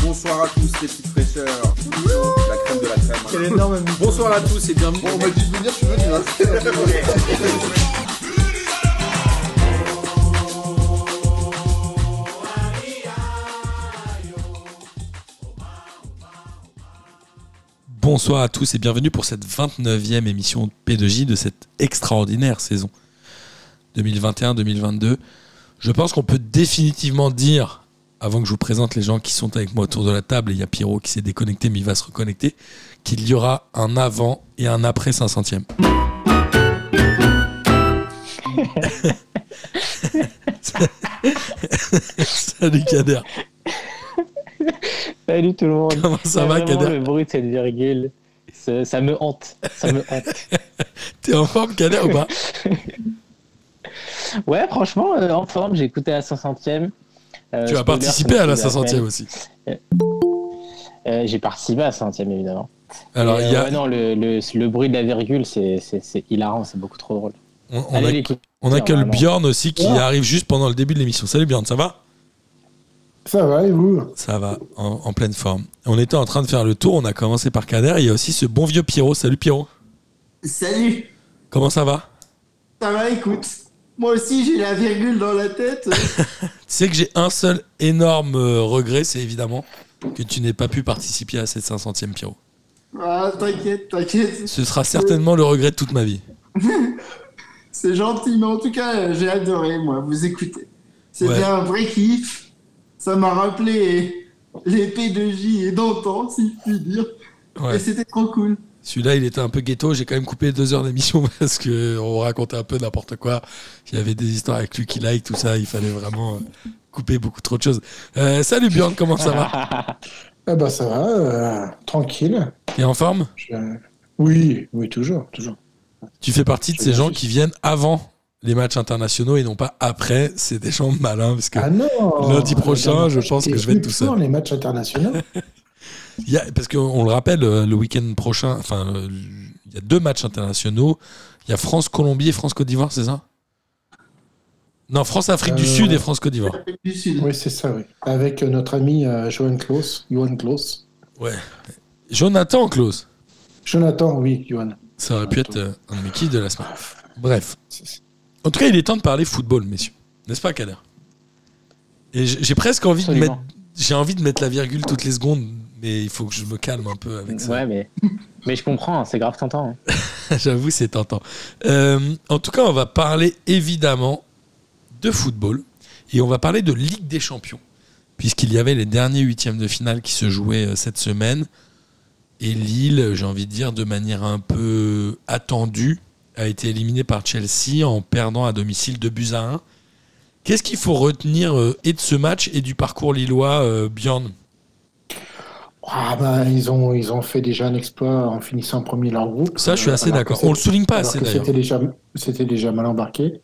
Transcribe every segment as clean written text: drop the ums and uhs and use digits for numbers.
Bonsoir à tous les petites fraîcheurs. La crème de la crème. Quel énorme. Bonsoir à tous et bienvenue. Bon, on m'a dit de venir, je suis venu. Bonsoir à tous et bienvenue pour cette 29e émission de P2J de cette extraordinaire saison 2021-2022. Je pense qu'on peut définitivement dire, avant que je vous présente les gens qui sont avec moi autour de la table, et il y a Pierrot qui s'est déconnecté mais il va se reconnecter, qu'il y aura un avant et un après 500e. Salut Kader. Salut tout le monde. Comment ça va Kader? Le bruit de cette virgule, ça me hante. T'es en forme Kader ou pas? Ouais, franchement, en forme. J'ai écouté la 500e. Tu as participé à la 500e aussi. J'ai participé à la 500e évidemment. Alors, il y a... ouais, non, le bruit de la virgule, c'est hilarant, c'est beaucoup trop drôle. On a que le Bjorn aussi qui arrive juste pendant le début de l'émission. Salut Bjorn, ça va? Ça va et vous? Ça va, en pleine forme. On était en train de faire le tour, on a commencé par Kader, il y a aussi ce bon vieux Pierrot. Salut Pierrot. Salut. Comment ça va? Ça va, écoute. Moi aussi, j'ai la virgule dans la tête. Tu sais que j'ai un seul énorme regret, c'est évidemment que tu n'aies pas pu participer à cette 500e Pierrot. Ah, t'inquiète. Ce sera certainement le regret de toute ma vie. C'est gentil, mais en tout cas, j'ai adoré, moi, vous écouter. C'était un vrai kiff. Ça m'a rappelé les P2J et d'antan, si je puis dire. Ouais. Et c'était trop cool. Celui-là, il était un peu ghetto. J'ai quand même coupé 2 heures d'émission parce qu'on racontait un peu n'importe quoi. Il y avait des histoires avec Lucky Like, tout ça. Il fallait vraiment couper beaucoup trop de choses. Salut Bjorn, comment ça va? Ça va, tranquille. T'es en forme? Oui, toujours. Tu fais partie de ces gens qui viennent avant les matchs internationaux et non pas après. C'est des gens malins parce que lundi prochain, je pense que je vais être tout seul. Les matchs internationaux. Parce qu'on le rappelle, le week-end prochain, il y a 2 matchs internationaux. Il y a France-Colombie et France-Côte d'Ivoire, c'est ça? Non, France-Afrique du Sud et France-Côte d'Ivoire. Oui, c'est ça, oui. Avec notre ami Johan Klaus. Ouais. Jonathan Klaus. Jonathan, oui, Johan. Ça aurait pu être un de mes kiffs de la semaine. Bref. En tout cas, il est temps de parler football, messieurs. N'est-ce pas, Kader? Et j'ai presque envie de mettre... J'ai envie de mettre la virgule toutes les secondes, mais il faut que je me calme un peu avec ça. Ouais, mais je comprends, c'est grave tentant. J'avoue, c'est tentant. En tout cas, on va parler évidemment de football et on va parler de Ligue des Champions, puisqu'il y avait les derniers 8e de finale qui se jouaient cette semaine. Et Lille, j'ai envie de dire, de manière un peu attendue, a été éliminé par Chelsea en perdant à domicile 2-1. Qu'est-ce qu'il faut retenir et de ce match et du parcours lillois, Bjorn? Ils ont fait déjà un exploit en finissant premier leur groupe. Ça, je suis assez d'accord. On le souligne pas assez d'ailleurs. C'était déjà mal embarqué.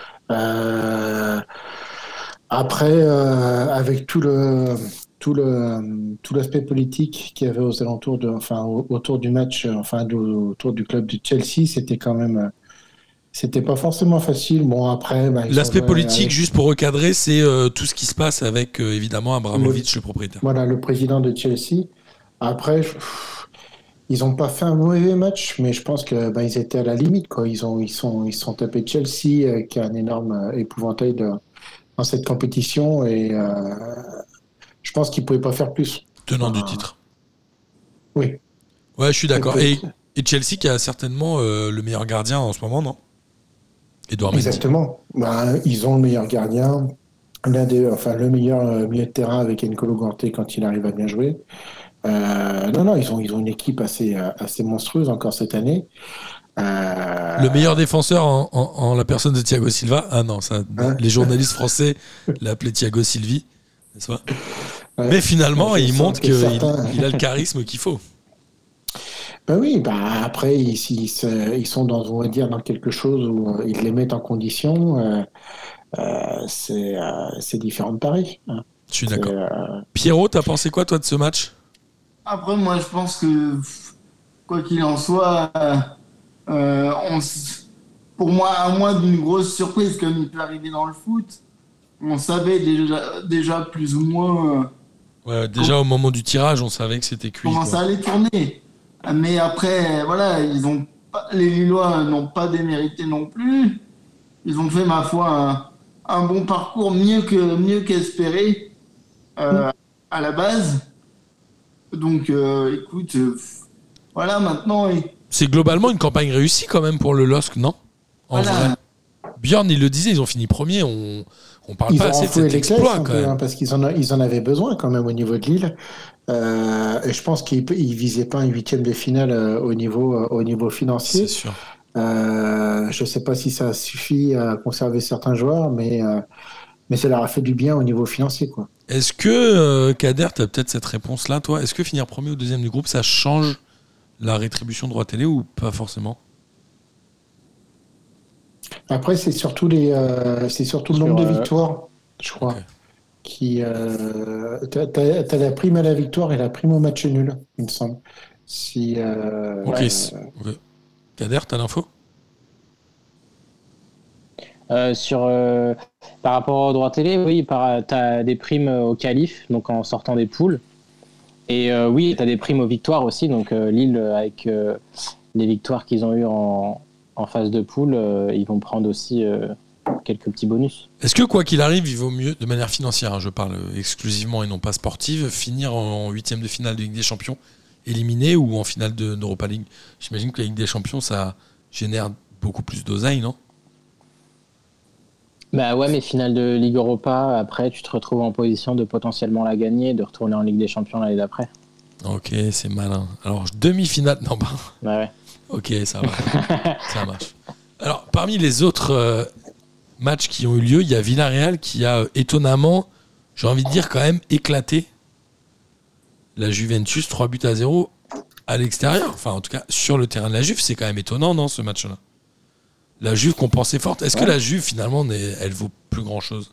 Après, avec tout l'aspect politique qu'il y avait aux alentours autour du match, autour du club de Chelsea, c'était quand même, c'était pas forcément facile. Bon, après, l'aspect politique, juste pour recadrer, c'est tout ce qui se passe avec évidemment Abramovich, le propriétaire. Voilà, le président de Chelsea. Après, ils ont pas fait un mauvais match, mais je pense que ils étaient à la limite, quoi. Ils sont tapés Chelsea, qui a un énorme épouvantail dans cette compétition, et je pense qu'ils pouvaient pas faire plus. Tenant du titre. Oui. Ouais, je suis d'accord. Et Chelsea qui a certainement le meilleur gardien en ce moment, non? Edouard Mendy. Exactement. Ils ont le meilleur gardien, le meilleur milieu de terrain avec N'Golo Kanté quand il arrive à bien jouer. Ils ont une équipe assez monstrueuse encore cette année. Le meilleur défenseur en la personne de Thiago Silva. Ah non, ça, les journalistes français l'appelaient Thiago Silvi, n'est-ce pas? Mais finalement, il montre qu'il a le charisme qu'il faut. Après, ils sont on va dire, dans quelque chose où ils les mettent en condition. C'est différent de Paris. Je suis d'accord. Pierrot, t'as pensé quoi, toi, de ce match? Après, moi, je pense que, quoi qu'il en soit, pour moi, à moins d'une grosse surprise comme il peut arriver dans le foot, on savait déjà plus ou moins Ouais, déjà au moment du tirage, on savait que c'était cuit. comment Quoi. ça allait tourner. Mais après, voilà, les Lillois n'ont pas démérité non plus. Ils ont fait, ma foi, un bon parcours, mieux qu'espéré à la base. Donc, écoute, voilà, maintenant, C'est globalement une campagne réussie quand même pour le LOSC, non? En voilà. vrai. Björn, il le disait, ils ont fini premier. On parle Ils pas ont assez de enfoué cet les caisses exploit un quand peu, même. hein, parce qu'ils en avaient besoin quand même au niveau de Lille. Et je pense qu'ils ne visaient pas un huitième de finale au niveau financier. C'est sûr. Je ne sais pas si ça suffit à conserver certains joueurs, mais ça leur a fait du bien au niveau financier, quoi. Est-ce que, Kader, tu as peut-être cette réponse-là, toi? Est-ce que finir premier ou deuxième du groupe, ça change la rétribution de droit télé ou pas forcément? Après, c'est surtout le nombre de victoires, je crois. Ok. T'as la prime à la victoire et la prime au match nul, il me semble. Ok. Ouais. Ok. Kader, t'as l'info? Par rapport au droit télé, oui, tu as des primes au qualif, donc en sortant des poules. Et oui, tu as des primes aux victoires aussi. Donc Lille, avec les victoires qu'ils ont eues en phase de poule, ils vont prendre aussi quelques petits bonus. Est-ce que, quoi qu'il arrive, il vaut mieux, de manière financière, hein, je parle exclusivement et non pas sportive, finir en huitième de finale de Ligue des Champions éliminé ou en finale d'Europa League? J'imagine que la Ligue des Champions, ça génère beaucoup plus d'oseille, non? Bah ouais, mais finale de Ligue Europa, après, tu te retrouves en position de potentiellement la gagner, de retourner en Ligue des Champions l'année d'après. Ok, c'est malin. Alors, demi-finale, non, bah. Bah ouais. Ok, ça va. Ça marche. Alors, parmi les autres matchs qui ont eu lieu, il y a Villarreal qui a étonnamment, j'ai envie de dire quand même, éclaté la Juventus 3-0 à l'extérieur. Enfin, en tout cas, sur le terrain de la Juve, c'est quand même étonnant, non, ce match-là? La Juve qu'on pensait forte. Est-ce que la Juve, finalement, elle vaut plus grand-chose?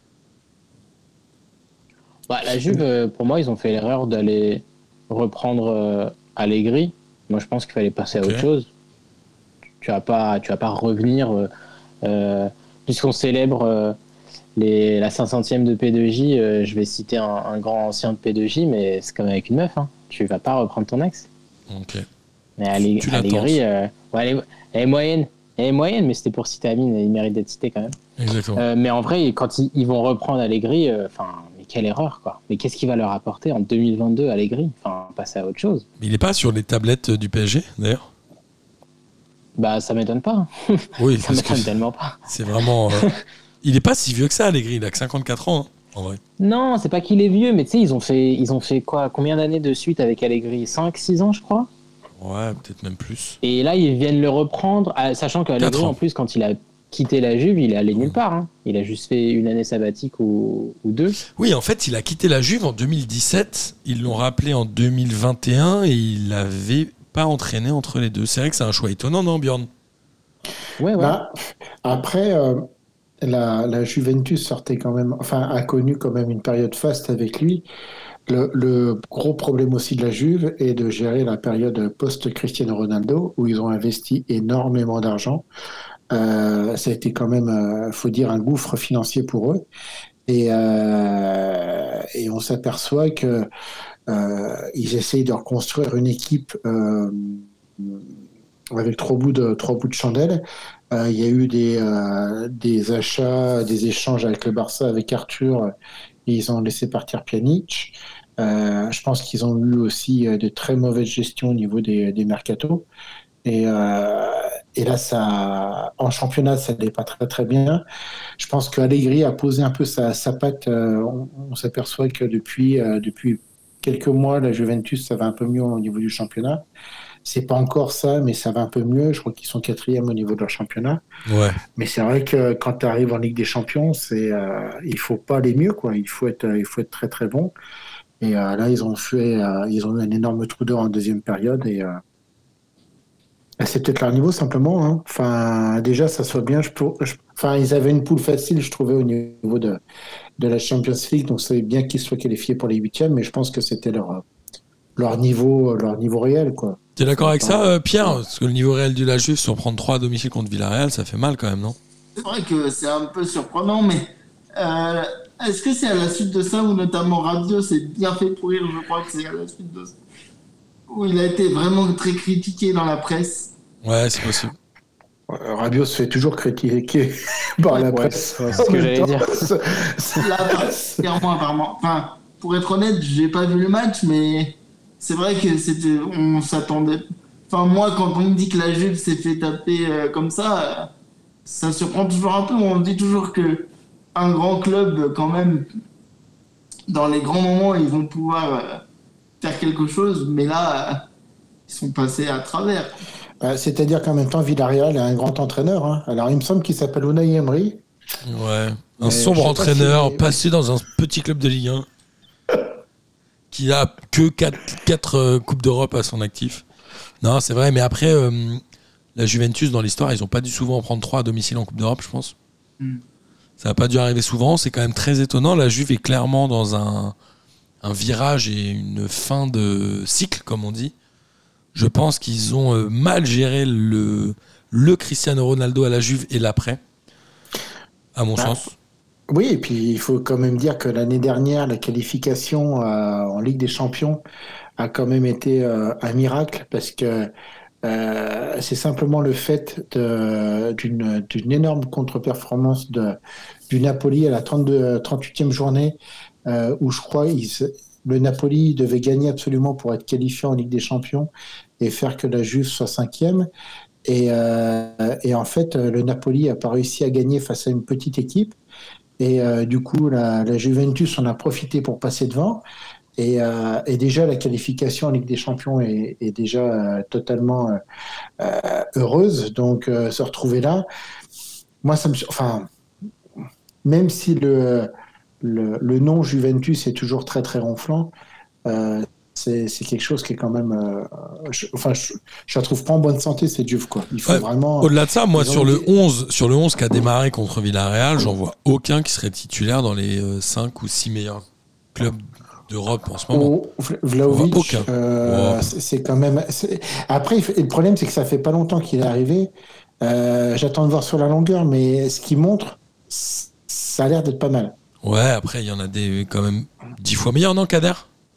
Bah, la Juve, pour moi, ils ont fait l'erreur d'aller reprendre Allegri. Moi, je pense qu'il fallait passer à autre chose. Tu vas pas revenir, puisqu'on célèbre la 500e de P2J. Je vais citer un grand ancien de P2J, mais c'est comme avec une meuf. Hein. Tu vas pas reprendre ton ex. Ok. Mais Allegri, elle est moyenne. Elle est moyenne, mais c'était pour citer Amine, il mérite d'être cité quand même. Exactement. Mais en vrai, quand ils vont reprendre Allegri, mais quelle erreur, quoi. Mais qu'est-ce qu'il va leur apporter en 2022, Allegri? Passer à autre chose. Mais il n'est pas sur les tablettes du PSG, d'ailleurs? Bah, ça m'étonne pas. Oui, Ça m'étonne tellement pas. c'est vraiment... il n'est pas si vieux que ça, Allegri. Il a que 54 ans, hein, en vrai. Non, c'est pas qu'il est vieux, mais tu sais, ils ont fait quoi? Combien d'années de suite avec Allegri? 5-6 ans, je crois. Ouais, peut-être même plus. Et là, ils viennent le reprendre, sachant qu'Allegri, en plus, quand il a quitté la Juve, il est allé nulle part. Hein. Il a juste fait une année sabbatique ou deux. Oui, en fait, il a quitté la Juve en 2017. Ils l'ont rappelé en 2021 et il n'avait pas entraîné entre les deux. C'est vrai que c'est un choix étonnant, non, Björn? Ouais. Bah, après, la Juventus sortait quand même, a connu quand même une période faste avec lui. Le gros problème aussi de la Juve est de gérer la période post-Cristiano Ronaldo, où ils ont investi énormément d'argent. Ça a été quand même, faut dire, un gouffre financier pour eux. Et on s'aperçoit que ils essayent de reconstruire une équipe avec trois bouts de chandelle. Il y a eu des achats, des échanges avec le Barça, avec Arthur. Et ils ont laissé partir Pjanic. Je pense qu'ils ont eu aussi de très mauvaises gestions au niveau des mercatos. Et là, en championnat, ça n'allait pas très très bien. Je pense qu'Allegri a posé un peu sa patte. On s'aperçoit que depuis quelques mois, la Juventus, ça va un peu mieux au niveau du championnat. C'est pas encore ça, mais ça va un peu mieux. Je crois qu'ils sont 4e au niveau de leur championnat. Ouais. Mais c'est vrai que quand tu arrives en Ligue des Champions, il faut pas aller mieux, quoi. Il faut être très très bon. Et là, ils ont eu un énorme trou d'or en deuxième période et c'est peut-être leur niveau simplement. Hein. Enfin, déjà, ça soit bien. Ils avaient une poule facile, je trouvais, au niveau de la Champions League, donc c'est bien qu'ils soient qualifiés pour les 8e, mais je pense que c'était leur niveau réel, quoi. T'es d'accord avec ça, Pierre? Parce que le niveau réel de la Juve, si on prend 3 à domicile contre Villarreal, ça fait mal quand même, non? C'est vrai que c'est un peu surprenant, mais Est-ce que c'est à la suite de ça où notamment Rabiot s'est bien fait pourrir? Je crois que c'est à la suite de ça. Où il a été vraiment très critiqué dans la presse. Ouais, c'est possible. Rabiot se fait toujours critiquer par la Ouais, presse. c'est ce que j'allais dire. Là, clairement, apparemment. Enfin, pour être honnête, j'ai pas vu le match, mais c'est vrai que on s'attendait. Enfin, moi, quand on me dit que la Juve s'est fait taper comme ça surprend toujours un peu. On dit toujours que un grand club, quand même, dans les grands moments, ils vont pouvoir faire quelque chose, mais là, ils sont passés à travers. C'est-à-dire qu'en même temps, Villarreal est un grand entraîneur. Hein. Alors, il me semble qu'il s'appelle Unai Emery. Ouais. Un Mais sombre je sais pas entraîneur si- passé dans un petit club de Ligue 1 qui a que 4 Coupes d'Europe à son actif. Non, c'est vrai, mais après, la Juventus, dans l'histoire, ils n'ont pas dû souvent en prendre 3 à domicile en Coupe d'Europe, je pense. Ça n'a pas dû arriver souvent, c'est quand même très étonnant. La Juve est clairement dans un virage et une fin de cycle, comme on dit. Je pense qu'ils ont mal géré le Cristiano Ronaldo à la Juve et l'après, à mon sens. Oui, et puis il faut quand même dire que l'année dernière, la qualification en Ligue des Champions a quand même été un miracle parce que c'est simplement le fait d'une énorme contre-performance du Napoli à la 38e journée où je crois le Napoli devait gagner absolument pour être qualifié en Ligue des Champions et faire que la Juve soit 5e. Et en fait, le Napoli n'a pas réussi à gagner face à une petite équipe. Et du coup, la Juventus en a profité pour passer devant. Et déjà, la qualification en Ligue des Champions est déjà totalement heureuse. Donc, se retrouver là, moi, enfin, même si le nom Juventus est toujours très, très ronflant, c'est quelque chose qui est quand même. Je la trouve pas en bonne santé, cette Juve, quoi. Il faut vraiment. Au-delà de ça, moi, ils ont sur le dit- 11 qui a démarré contre Villarreal, j'en vois aucun qui serait titulaire dans les 5 ou 6 meilleurs clubs d'Europe en ce moment. Vlahovic, aucun. c'est quand même. Après, le problème, c'est que ça fait pas longtemps qu'il est arrivé. J'attends de voir sur la longueur, mais ce qu'il montre, ça a l'air d'être pas mal. Ouais, après, il y en a des quand même 10 fois meilleurs, non, Kader?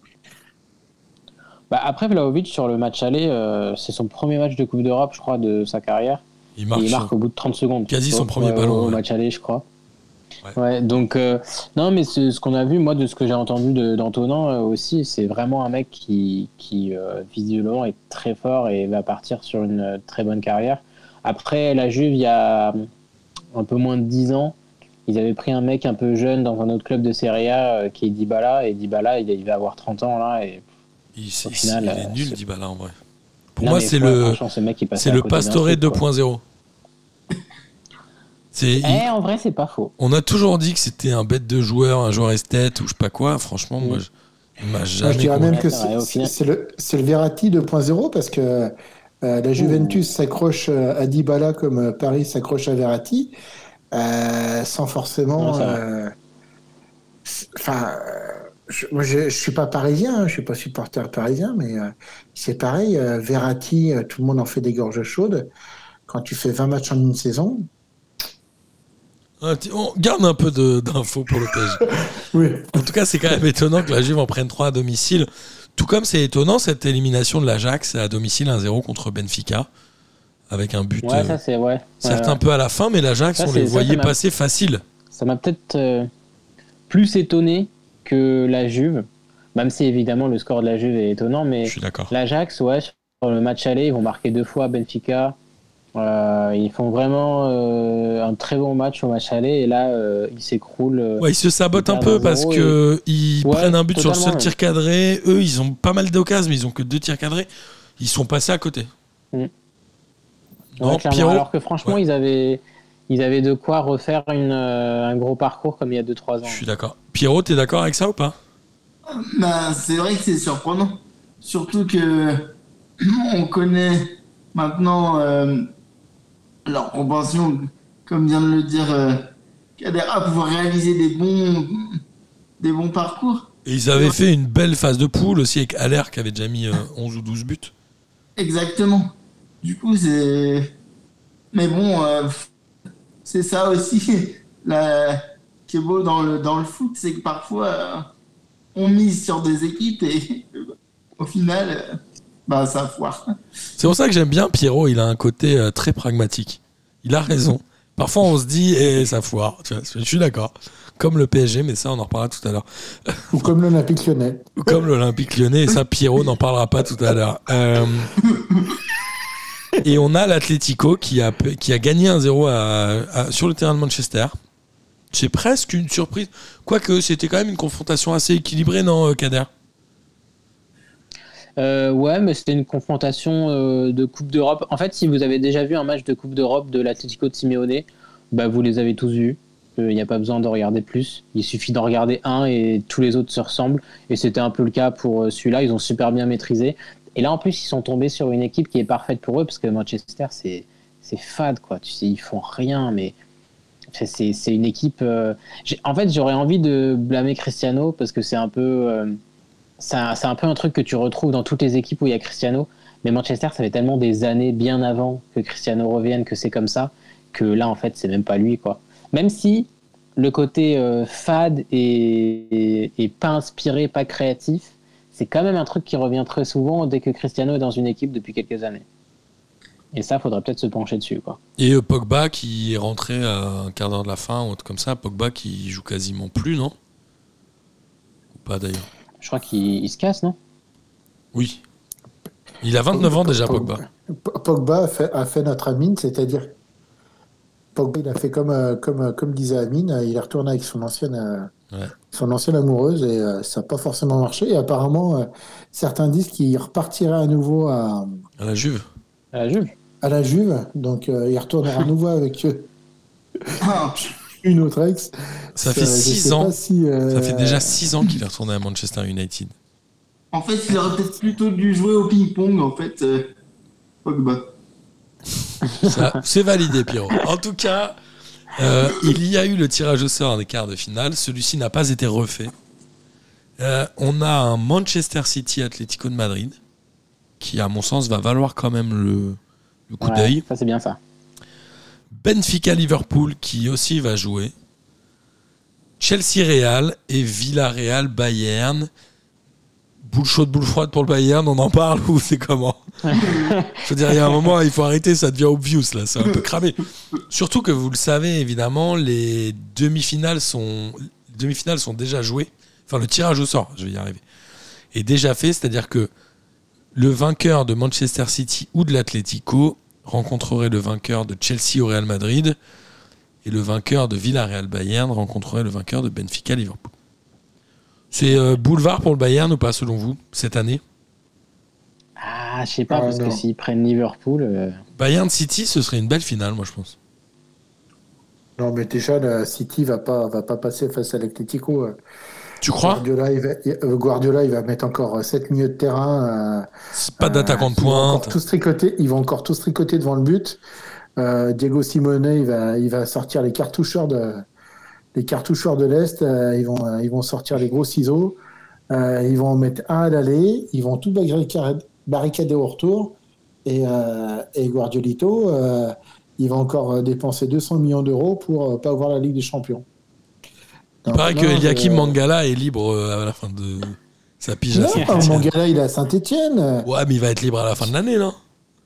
Bah, après, Vlahovic, sur le match aller, c'est son premier match de Coupe d'Europe, je crois, de sa carrière. Il marque au bout de 30 secondes. quasi son premier ballon. Au Ouais. match aller, je crois. Ouais, donc, non, mais ce qu'on a vu, moi, de ce que j'ai entendu d'Antonin aussi, c'est vraiment un mec qui visiblement est très fort et va partir sur une très bonne carrière. Après, la Juve, il y a un peu moins de 10 ans, ils avaient pris un mec un peu jeune dans un autre club de Serie A qui est Dybala, et Dybala, il va avoir 30 ans là, et au final, il est nul, Dybala, en vrai. Pour non, moi, mais c'est franchement, ce mec, il passe c'est à le côté d'un Pastore truc, quoi. 2.0. En vrai, c'est pas faux. On a toujours dit que c'était un bête de joueur, un joueur esthète ou je sais pas quoi. Franchement, moi, il m'a Moi, jamais je dirais convaincu. même que Ouais, c'est vrai, au final. c'est le Verratti 2.0 parce que la Juventus s'accroche à Dybala comme Paris s'accroche à Verratti, sans forcément. Ouais, c'est vrai. Enfin, moi, je suis pas parisien, hein, je suis pas supporter parisien, mais c'est pareil. Verratti, tout le monde en fait des gorges chaudes. Quand tu fais 20 matchs en une saison, On garde un peu d'infos pour le PSG. oui. En tout cas, c'est quand même étonnant que la Juve en prenne 3 à domicile. Tout comme c'est étonnant cette élimination de l'Ajax à domicile 1-0 contre Benfica. Avec un but, Ouais, ça c'est ouais. certes un peu à la fin, mais l'Ajax, Ça, on c'est- les ça, voyait ça m'a- passer facile. Ça m'a peut-être plus étonné que la Juve, même si évidemment le score de la Juve est étonnant, mais Je suis d'accord. l'Ajax, ouais, sur le match aller, ils vont marquer 2 fois à Benfica. Ils font vraiment un très bon match au match aller, et là, ils s'écroulent. Ouais, ils se sabotent ils un perdent peu 1-0 parce que ils Ouais, prennent un but sur le seul totalement, tir cadré. Eux, ils ont pas mal d'occasions, mais ils ont que 2 tirs cadrés. Ils sont passés à côté. Ouais, Non, clairement. Pierrot. Alors que franchement, Ouais. ils avaient de quoi refaire un gros parcours comme il y a 2-3 ans. Je suis d'accord. Pierrot, t'es d'accord avec ça ou pas? Bah, c'est vrai que c'est surprenant. Surtout que on connaît maintenant leur propension, comme vient de le dire Kader, à pouvoir réaliser des bons parcours. Et ils avaient fait une belle phase de poule aussi avec Aller qui avait déjà mis 11 ou 12 buts. Exactement. Du coup, c'est. Mais bon, c'est ça aussi. qui est beau dans le foot, c'est que parfois, on mise sur des équipes et au final, ça foire. C'est pour ça que j'aime bien Pierrot, il a un côté très pragmatique. Il a raison. Parfois on se dit, ça foire. Tu vois, je suis d'accord. Comme le PSG, mais ça on en reparlera tout à l'heure. Ou comme l'Olympique Lyonnais. Ou comme l'Olympique Lyonnais, et ça Pierrot n'en parlera pas tout à l'heure. Et on a l'Atlético qui a gagné 1-0 sur le terrain de Manchester. C'est presque une surprise. Quoique, c'était quand même une confrontation assez équilibrée, non, Kader ? Ouais, mais c'était une confrontation de Coupe d'Europe. En fait, si vous avez déjà vu un match de Coupe d'Europe de l'Atlético de Simeone, vous les avez tous vus. Il n'y a pas besoin d'en regarder plus. Il suffit d'en regarder un et tous les autres se ressemblent. Et c'était un peu le cas pour celui-là. Ils ont super bien maîtrisé. Et là, en plus, ils sont tombés sur une équipe qui est parfaite pour eux parce que Manchester, c'est fade, quoi. Tu sais, ils font rien, mais c'est une équipe. En fait, j'aurais envie de blâmer Cristiano parce que c'est un peu. C'est un peu un truc que tu retrouves dans toutes les équipes où il y a Cristiano. Mais Manchester, ça fait tellement des années bien avant que Cristiano revienne que c'est comme ça que là, en fait, c'est même pas lui, quoi. Même si le côté fade et pas inspiré, pas créatif, c'est quand même un truc qui revient très souvent dès que Cristiano est dans une équipe depuis quelques années. Et ça, faudrait peut-être se pencher dessus, quoi. Et Pogba qui est rentré à un quart d'heure de la fin, ou un truc comme ça. Pogba qui joue quasiment plus, non ? Ou pas d'ailleurs ? Je crois qu'il se casse, non ? Oui. Il a 29 ans déjà, Pogba. Pogba a fait notre Amine, c'est-à-dire Pogba, il a fait comme disait Amine, il est retourné avec son ancienne amoureuse et ça n'a pas forcément marché. Et apparemment, certains disent qu'il repartirait à nouveau à la Juve. À la Juve, donc il retournera à nouveau avec une autre ex. Ça fait 6 ans. Ça fait déjà 6 ans qu'il est retourné à Manchester United. En fait, il aurait peut-être plutôt dû jouer au ping-pong, en fait, Pogba. Ça, c'est validé, Pierrot. En tout cas, il y a eu le tirage au sort des quarts de finale. Celui-ci n'a pas été refait. On a un Manchester City Atlético de Madrid qui, à mon sens, va valoir quand même le coup d'œil. Ça, c'est bien ça. Benfica Liverpool qui aussi va jouer. Chelsea Real et Villarreal Bayern. Boule chaude, boule froide pour le Bayern, on en parle ou c'est comment ? Je veux dire, il y a un moment, il faut arrêter, ça devient obvious là, c'est un peu cramé. Surtout que vous le savez, évidemment, les demi-finales sont déjà jouées. Enfin, le tirage au sort, je vais y arriver, est déjà fait, c'est-à-dire que le vainqueur de Manchester City ou de l'Atlético rencontrerait le vainqueur de Chelsea au Real Madrid et le vainqueur de Villarreal Bayern rencontrerait le vainqueur de Benfica Liverpool. C'est boulevard pour le Bayern ou pas, selon vous, cette année ? Je sais pas, parce que s'ils prennent Liverpool... Bayern City, ce serait une belle finale, moi, je pense. Non, mais déjà, la City va pas passer face à l'Atlético. Tu crois ? Guardiola, il va mettre encore 7 milieux de terrain. C'est pas d'attaquant de pointe. Ils vont encore tous tricoter devant le but. Diego Simeone, il va sortir les cartoucheurs de l'Est. Ils vont sortir les gros ciseaux. Ils vont en mettre un à l'aller. Ils vont tout barricader au retour. Et Guardiolito, il va encore dépenser 200 millions d'euros pour pas avoir la Ligue des Champions. Il paraît que Eliakim Mangala est libre à la fin de sa pige à Saint-Etienne. Mangala, il est à Saint-Etienne. Ouais, mais il va être libre à la fin de l'année, non ?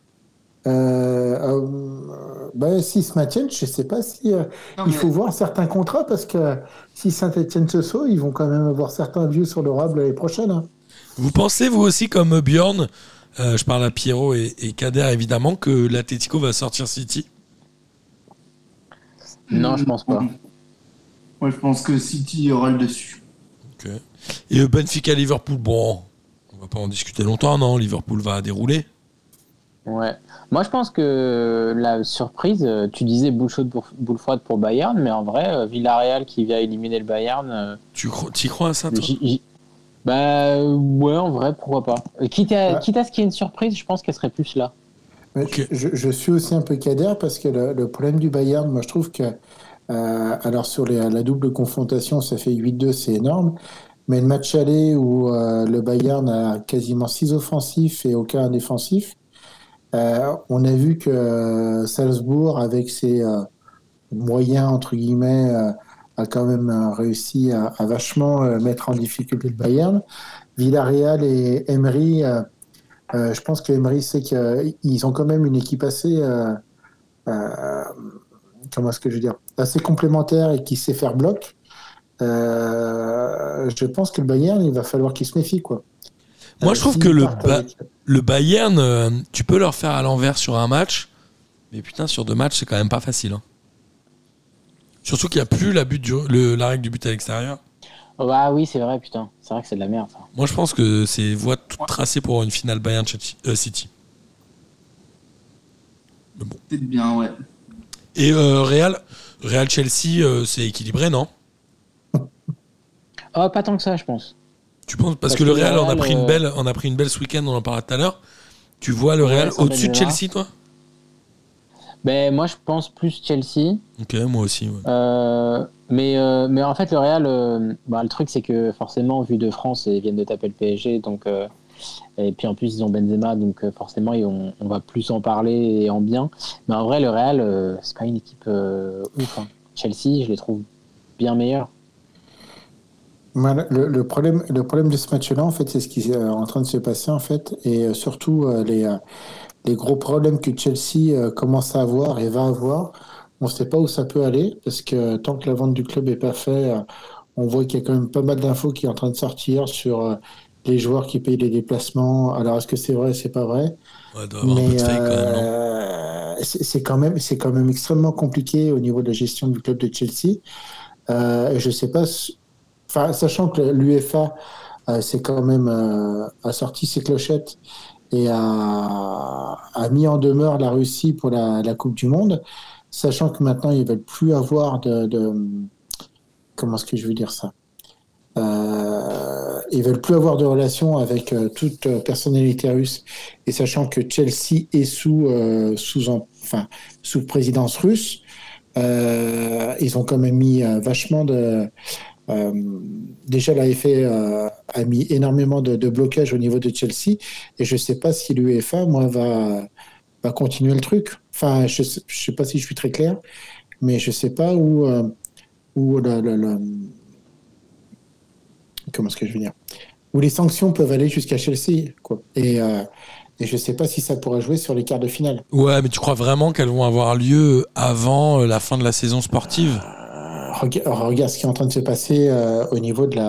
S'ils se maintiennent, je ne sais pas si... il faut voir certains contrats, parce que si Saint-Etienne se sauve, ils vont quand même avoir certains vieux sur le rable l'année prochaine. Hein. Vous pensez, vous aussi, comme Bjorn, je parle à Pierrot et Kader, évidemment, que l'Atlético va sortir City ? Non, je pense pas. Moi, je pense que City aura le dessus. Ok. Et Benfica Liverpool, bon, on va pas en discuter longtemps, non ? Liverpool va dérouler. Ouais. Moi, je pense que la surprise, tu disais boule chaude, boule froide pour Bayern, mais en vrai, Villarreal qui vient éliminer le Bayern. T'y crois à ça, toi ? Ouais, en vrai, pourquoi pas. Quitte à ce qu'il y ait une surprise, je pense qu'elle serait plus là. Okay. Je suis aussi un peu Kader, parce que le problème du Bayern, moi, je trouve que alors sur la double confrontation, ça fait 8-2, c'est énorme. Mais le match aller où le Bayern a quasiment 6 offensifs et aucun défensif, on a vu que Salzbourg, avec ses moyens, entre guillemets, a quand même réussi à vachement mettre en difficulté le Bayern. Villarreal et Emery, je pense que Emery sait qu'ils ont quand même une équipe assez, comment est-ce que je veux dire, assez complémentaire et qui sait faire bloc. Je pense que le Bayern, il va falloir qu'il se méfie, quoi. Moi, je trouve que le Bayern, tu peux leur faire à l'envers sur un match, mais putain, sur 2 matchs, c'est quand même pas facile. Hein. Surtout qu'il n'y a plus la règle du but à l'extérieur. Bah oui, c'est vrai, putain. C'est vrai que c'est de la merde, ça. Moi, je pense que c'est voie toute tracée pour une finale Bayern-City. Mais bon. Peut-être bien, ouais. Et Real-Chelsea, c'est équilibré, non? Oh, pas tant que ça, je pense. Tu penses parce que le Real on a pris une belle ce week-end, on en parlait tout à l'heure. Tu vois le Real au-dessus de Chelsea, toi? Ben moi je pense plus Chelsea. Ok, moi aussi. Ouais. Mais en fait le Real, le truc c'est que forcément vu de France ils viennent de taper le PSG, donc et puis en plus ils ont Benzema, donc forcément on va plus en parler et en bien. Mais en vrai le Real c'est pas une équipe ouf. Hein. Chelsea je les trouve bien meilleurs. Le problème de ce match-là, en fait, c'est ce qui est en train de se passer, en fait, et surtout les gros problèmes que Chelsea commence à avoir et va avoir. On ne sait pas où ça peut aller, parce que tant que la vente du club n'est pas faite, on voit qu'il y a quand même pas mal d'infos qui est en train de sortir sur les joueurs qui payent les déplacements. Alors, est-ce que c'est vrai, c'est pas vrai? Ouais, doit avoir un peu de fake quand même, non? C'est quand même extrêmement compliqué au niveau de la gestion du club de Chelsea. Je sais pas. Enfin, sachant que l'UEFA c'est quand même a sorti ses clochettes et a mis en demeure la Russie pour la Coupe du Monde, sachant que maintenant ils veulent plus avoir de comment est-ce que je veux dire ça? Ils veulent plus avoir de relations avec toute personnalité russe, et sachant que Chelsea est sous présidence russe, ils ont quand même mis vachement de déjà, la FA a mis énormément de blocage au niveau de Chelsea, et je ne sais pas si l'UEFA, moi, va continuer le truc. Enfin, je ne sais pas si je suis très clair, mais je ne sais pas où comment est-ce que je veux dire, où les sanctions peuvent aller jusqu'à Chelsea, quoi. Et je ne sais pas si ça pourra jouer sur les quarts de finale. Ouais, mais tu crois vraiment qu'elles vont avoir lieu avant la fin de la saison sportive? Regarde ce qui est en train de se passer au niveau de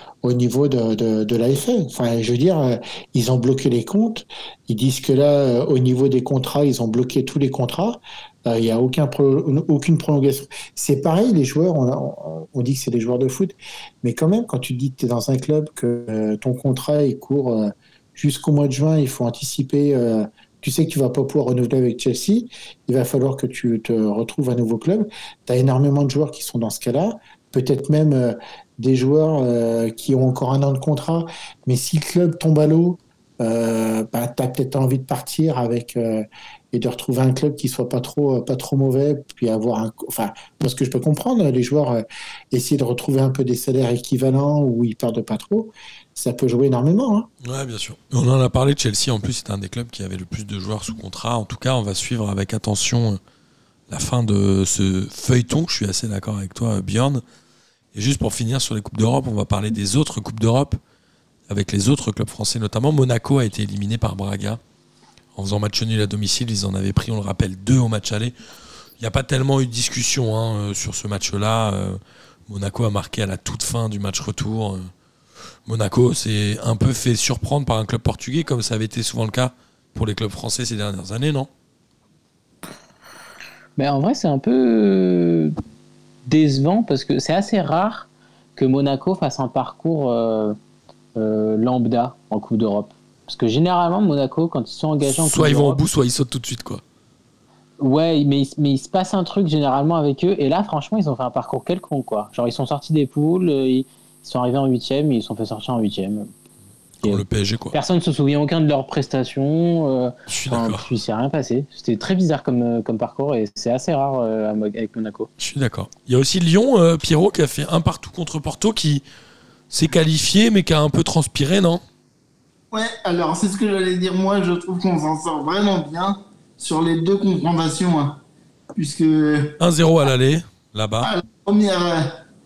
la FA. Enfin, je veux dire, ils ont bloqué les comptes. Ils disent que là, au niveau des contrats, ils ont bloqué tous les contrats. Il n'y a aucune prolongation. C'est pareil, les joueurs, on dit que c'est des joueurs de foot, mais quand même, quand tu dis que tu es dans un club, que ton contrat il court jusqu'au mois de juin, il faut anticiper. Tu sais que tu vas pas pouvoir renouveler avec Chelsea, il va falloir que tu te retrouves un nouveau club. Tu as énormément de joueurs qui sont dans ce cas-là, peut-être même des joueurs qui ont encore 1 an de contrat, mais si le club tombe à l'eau, tu as peut-être envie de partir et de retrouver un club qui soit pas trop mauvais, puis enfin, moi ce que je peux comprendre, les joueurs essayer de retrouver un peu des salaires équivalents où ils perdent pas trop. Ça peut jouer énormément. Hein. Ouais, bien sûr. On en a parlé de Chelsea. En plus, c'est un des clubs qui avait le plus de joueurs sous contrat. En tout cas, on va suivre avec attention la fin de ce feuilleton. Je suis assez d'accord avec toi, Bjorn. Et juste pour finir sur les Coupes d'Europe, on va parler des autres Coupes d'Europe avec les autres clubs français. Notamment, Monaco a été éliminé par Braga. En faisant match nul à domicile, ils en avaient pris, on le rappelle, 2 au match aller. Il n'y a pas tellement eu de discussion sur ce match-là. Monaco a marqué à la toute fin du match retour. Monaco s'est un peu fait surprendre par un club portugais, comme ça avait été souvent le cas pour les clubs français ces dernières années, non? Mais en vrai, c'est un peu décevant parce que c'est assez rare que Monaco fasse un parcours lambda en Coupe d'Europe. Parce que généralement, Monaco, quand ils sont engagés en Coupe soit ils vont d'Europe, au bout, soit ils sautent tout de suite, quoi. Ouais, mais il se passe un truc généralement avec eux. Et là, franchement, ils ont fait un parcours quelconque, quoi. Genre, ils sont sortis des poules, ils sont arrivés en 8e, ils se sont fait sortir en 8e. Comme le PSG, quoi. Personne ne se souvient aucun de leurs prestations. Je suis d'accord. Puis, il s'est rien passé. C'était très bizarre comme parcours et c'est assez rare avec Monaco. Je suis d'accord. Il y a aussi Lyon, Pierrot, qui a fait 1 partout contre Porto, qui s'est qualifié, mais qui a un peu transpiré, non? Ouais, alors c'est ce que j'allais dire. Moi, je trouve qu'on s'en sort vraiment bien sur les 2 confrontations. Hein, puisque. 1-0 à l'aller, là-bas. La première.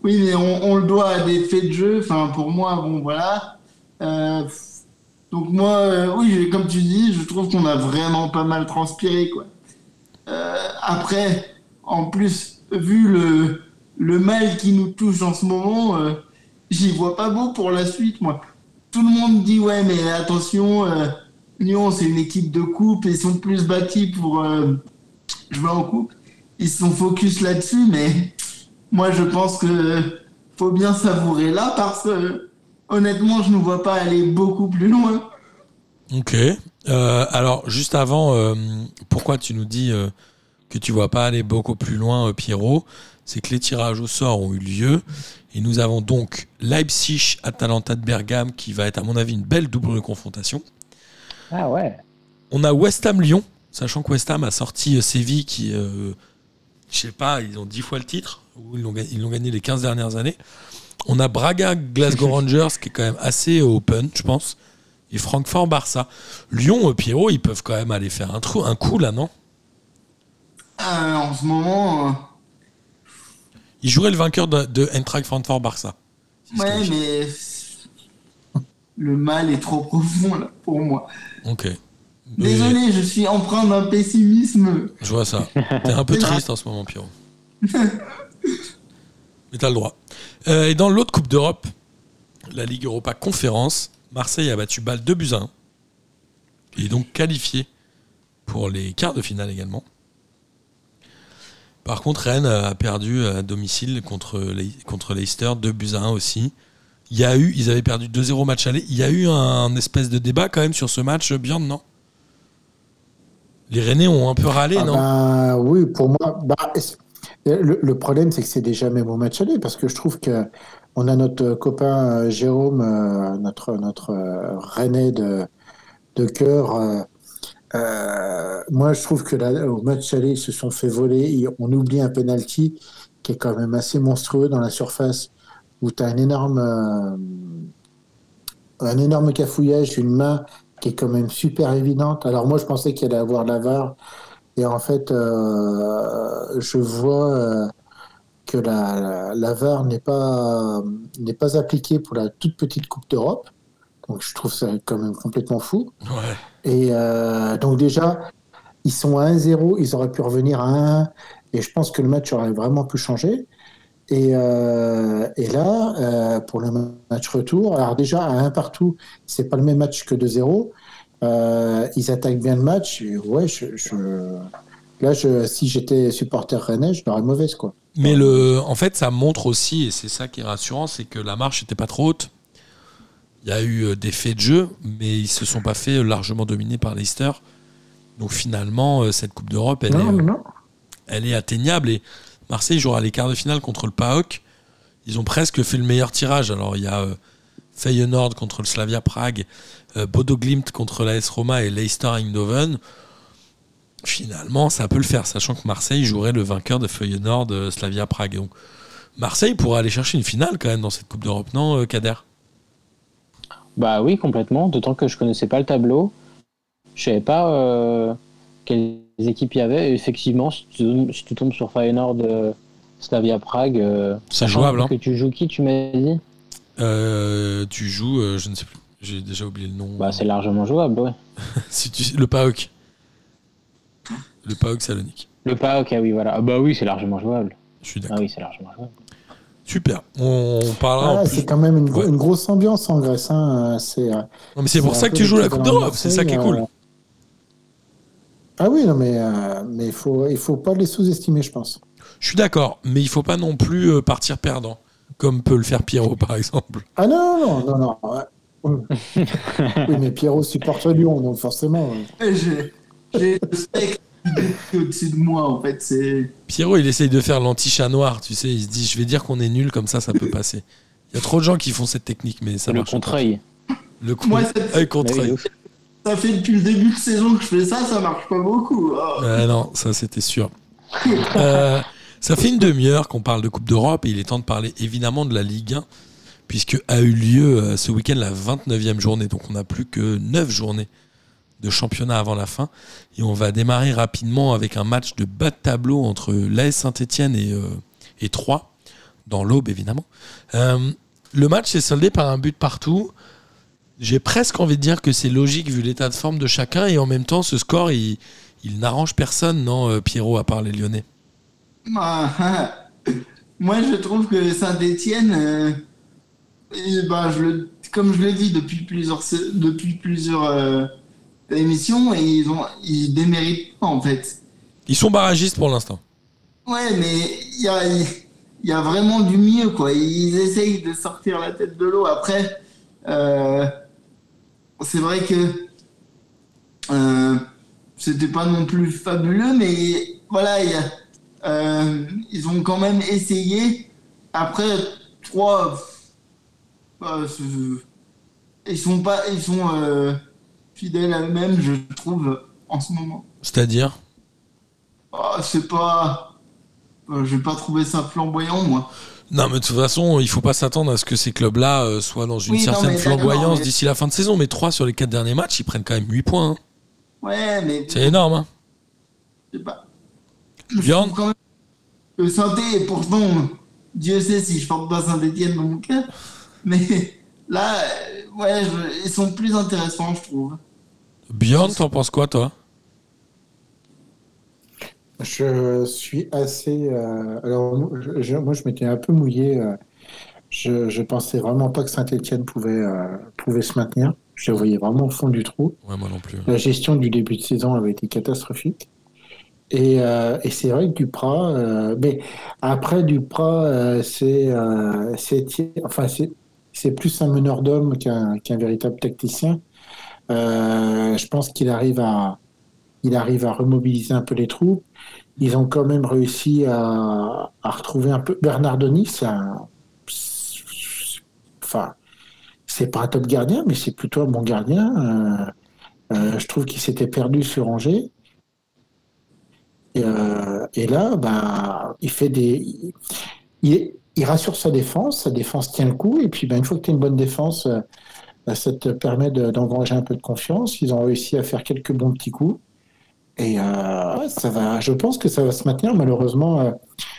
Oui, mais on le doit à des faits de jeu. Enfin, pour moi, bon, voilà. Donc moi, oui, comme tu dis, je trouve qu'on a vraiment pas mal transpiré, quoi. Après, en plus, vu le mal qui nous touche en ce moment, j'y vois pas beau pour la suite, moi. Tout le monde dit, ouais, mais attention, Lyon, c'est une équipe de coupe et ils sont plus bâtis pour jouer en coupe. Ils se sont focus là-dessus, mais moi, je pense que faut bien savourer là parce que, honnêtement, je ne vois pas aller beaucoup plus loin. Ok. Alors, juste avant, pourquoi tu nous dis que tu vois pas aller beaucoup plus loin, Pierrot? C'est que les tirages au sort ont eu lieu et nous avons donc Leipzig, Atalanta de Bergame qui va être à mon avis une belle double confrontation. Ah ouais. On a West Ham Lyon, sachant que West Ham a sorti Séville qui, je sais pas, ils ont 10 fois le titre, ou ils l'ont gagné les 15 dernières années. On a Braga Glasgow Rangers qui est quand même assez open, je pense. Et Francfort Barça. Lyon, Pierrot, ils peuvent quand même aller faire un coup là, non? En ce moment, Ils joueraient le vainqueur de Eintracht Francfort Barça. ouais, mais le mal est trop profond là pour moi. Ok. Désolé, je suis empreint d'un pessimisme. Je vois ça. T'es un peu triste en ce moment, Pierrot. Mais t'as le droit. Et dans l'autre Coupe d'Europe, la Ligue Europa Conférence, Marseille a battu Bâle 2-1. Il est donc qualifié pour les quarts de finale également. Par contre, Rennes a perdu à domicile contre Leicester 2-1 aussi. Ils avaient perdu 2-0 match aller. Il y a eu un espèce de débat quand même sur ce match, Björn, non? Les Rennais ont un peu râlé, non? Oui, pour moi, le problème, c'est que c'est déjà même au match aller, parce que je trouve que on a notre copain Jérôme, notre Rennais de cœur. Moi, je trouve que au match aller, ils se sont fait voler. On oublie un penalty qui est quand même assez monstrueux dans la surface, où tu as un énorme cafouillage, une main qui est quand même super évidente. Alors moi, je pensais qu'il allait avoir la VAR, et en fait, je vois que la VAR n'est pas appliquée pour la toute petite Coupe d'Europe. Donc je trouve ça quand même complètement fou. Ouais. Et donc déjà, ils sont à 1-0, ils auraient pu revenir à 1-1, et je pense que le match aurait vraiment pu changer. Et là, pour le match retour, alors déjà à 1 partout, c'est pas le même match que 2-0. Ils attaquent bien le match. Et ouais, si j'étais supporter rennais, je l'aurais mauvaise, quoi. Mais en fait, ça montre aussi, et c'est ça qui est rassurant, c'est que la marche n'était pas trop haute. Il y a eu des faits de jeu, mais ils ne se sont pas fait largement dominés par Leicester. Donc finalement, cette Coupe d'Europe, elle est atteignable. Et Marseille jouera les quarts de finale contre le PAOK. Ils ont presque fait le meilleur tirage. Alors il y a Feyenoord contre le Slavia Prague, Bodo Glimt contre l'AS Roma et Leicester Eindhoven. Finalement, ça peut le faire, sachant que Marseille jouerait le vainqueur de Feyenoord Slavia Prague. Donc Marseille pourrait aller chercher une finale quand même dans cette Coupe d'Europe, non, Kader? Bah oui, complètement. D'autant que je connaissais pas le tableau. Je savais pas quelles équipes il y avait. Et effectivement, si tu tombes sur Feyenoord, Slavia Prague, c'est jouable. Que tu joues qui, tu m'as dit? Tu joues, je ne sais plus. J'ai déjà oublié le nom. Bah c'est largement jouable, ouais. Le PAOK. Le PAOK Salonique. Le PAOK, ah oui, voilà. Ah bah oui, c'est largement jouable. Je suis d'accord. Ah oui, c'est largement jouable. Super. On parlera en plus. C'est quand même une grosse ambiance en Grèce. Hein. Non, mais c'est pour ça que tu joues la Coupe d'Europe. C'est ça qui est cool. Ah oui, non, mais il faut pas les sous-estimer, je pense. Je suis d'accord, mais il faut pas non plus partir perdant, comme peut le faire Pierrot, par exemple. Ah non. Oui, mais Pierrot supporte Lyon, donc forcément. J'ai le spectre au-dessus de moi, en fait. Pierrot, il essaye de faire l'anti-chat noir, tu sais. Il se dit, je vais dire qu'on est nul, comme ça peut passer. Il y a trop de gens qui font cette technique, mais ça marche pas. Le contre-œil. Ça fait depuis le début de saison que je fais ça marche pas beaucoup. Oh. Non, ça c'était sûr. Ça fait une demi-heure qu'on parle de Coupe d'Europe et il est temps de parler évidemment de la Ligue 1, puisque a eu lieu ce week-end la 29e journée, donc on n'a plus que 9 journées de championnat avant la fin, et on va démarrer rapidement avec un match de bas de tableau entre l'AS Saint-Etienne et Troyes, dans l'Aube évidemment. Le match s'est soldé par un but partout. J'ai presque envie de dire que c'est logique vu l'état de forme de chacun et en même temps ce score il n'arrange personne, non Pierrot, à part les Lyonnais. Moi je trouve que Saint-Étienne, comme je l'ai dit depuis plusieurs émissions, ils déméritent pas en fait. Ils sont barragistes pour l'instant. Ouais, mais il y a vraiment du mieux, quoi. Ils essayent de sortir la tête de l'eau. Après, c'est vrai que c'était pas non plus fabuleux, mais voilà, ils ont quand même essayé. Après, 3, ils sont fidèles à eux-mêmes, je trouve, en ce moment. C'est-à-dire ? C'est pas. Je vais pas trouver ça flamboyant, moi. Non, mais de toute façon, il faut pas s'attendre à ce que ces clubs-là soient dans une certaine flamboyance d'ici la fin de saison. Mais 3 sur les 4 derniers matchs, ils prennent quand même 8 points. Hein. Ouais, mais. C'est énorme, hein. Je sais pas. Bjorn ? Quand même que Saint-Étienne, et pourtant, Dieu sait si je porte pas Saint-Étienne dans mon cœur. Mais là, ils sont plus intéressants, je trouve. Bjorn, t'en penses quoi, toi ? Je suis assez. Alors, moi, je m'étais un peu mouillé. Je pensais vraiment pas que Saint-Étienne pouvait se maintenir. Je le voyais vraiment au fond du trou. Ouais, moi non plus. La gestion du début de saison avait été catastrophique. Et c'est vrai que Duprat. Mais après, Duprat, c'est plus un meneur d'hommes qu'un véritable tacticien. Je pense qu'il arrive à remobiliser un peu les troupes. Ils ont quand même réussi à retrouver un peu Bernardoni. C'est pas un top gardien, mais c'est plutôt un bon gardien. Je trouve qu'il s'était perdu sur Angers. Et là, il rassure sa défense tient le coup. Et puis, une fois que tu as une bonne défense, ça te permet d'engranger un peu de confiance. Ils ont réussi à faire quelques bons petits coups. Et je pense que ça va se maintenir, malheureusement.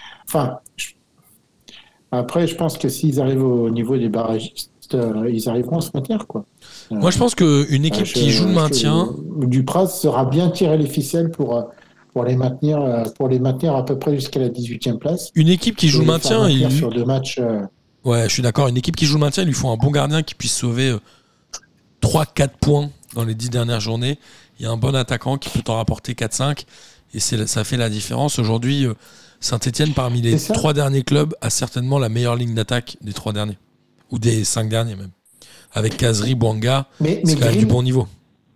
Après, je pense que s'ils arrivent au niveau des barragistes, ils arriveront à se maintenir, quoi. Moi, je pense qu'une équipe qui joue le maintien... Duprat sera bien tiré les ficelles pour les maintenir à peu près jusqu'à la 18e place. Une équipe qui joue le maintien... sur 2 matchs... Ouais, je suis d'accord. Une équipe qui joue le maintien, il lui faut un bon gardien qui puisse sauver 3-4 points dans les 10 dernières journées. Il y a un bon attaquant qui peut t'en rapporter 4-5 et ça fait la différence. Aujourd'hui, Saint-Étienne, parmi les 3 derniers clubs, a certainement la meilleure ligne d'attaque des 3 derniers. Ou des 5 derniers même. Avec Kazri, Bouanga, c'est quand même du bon niveau.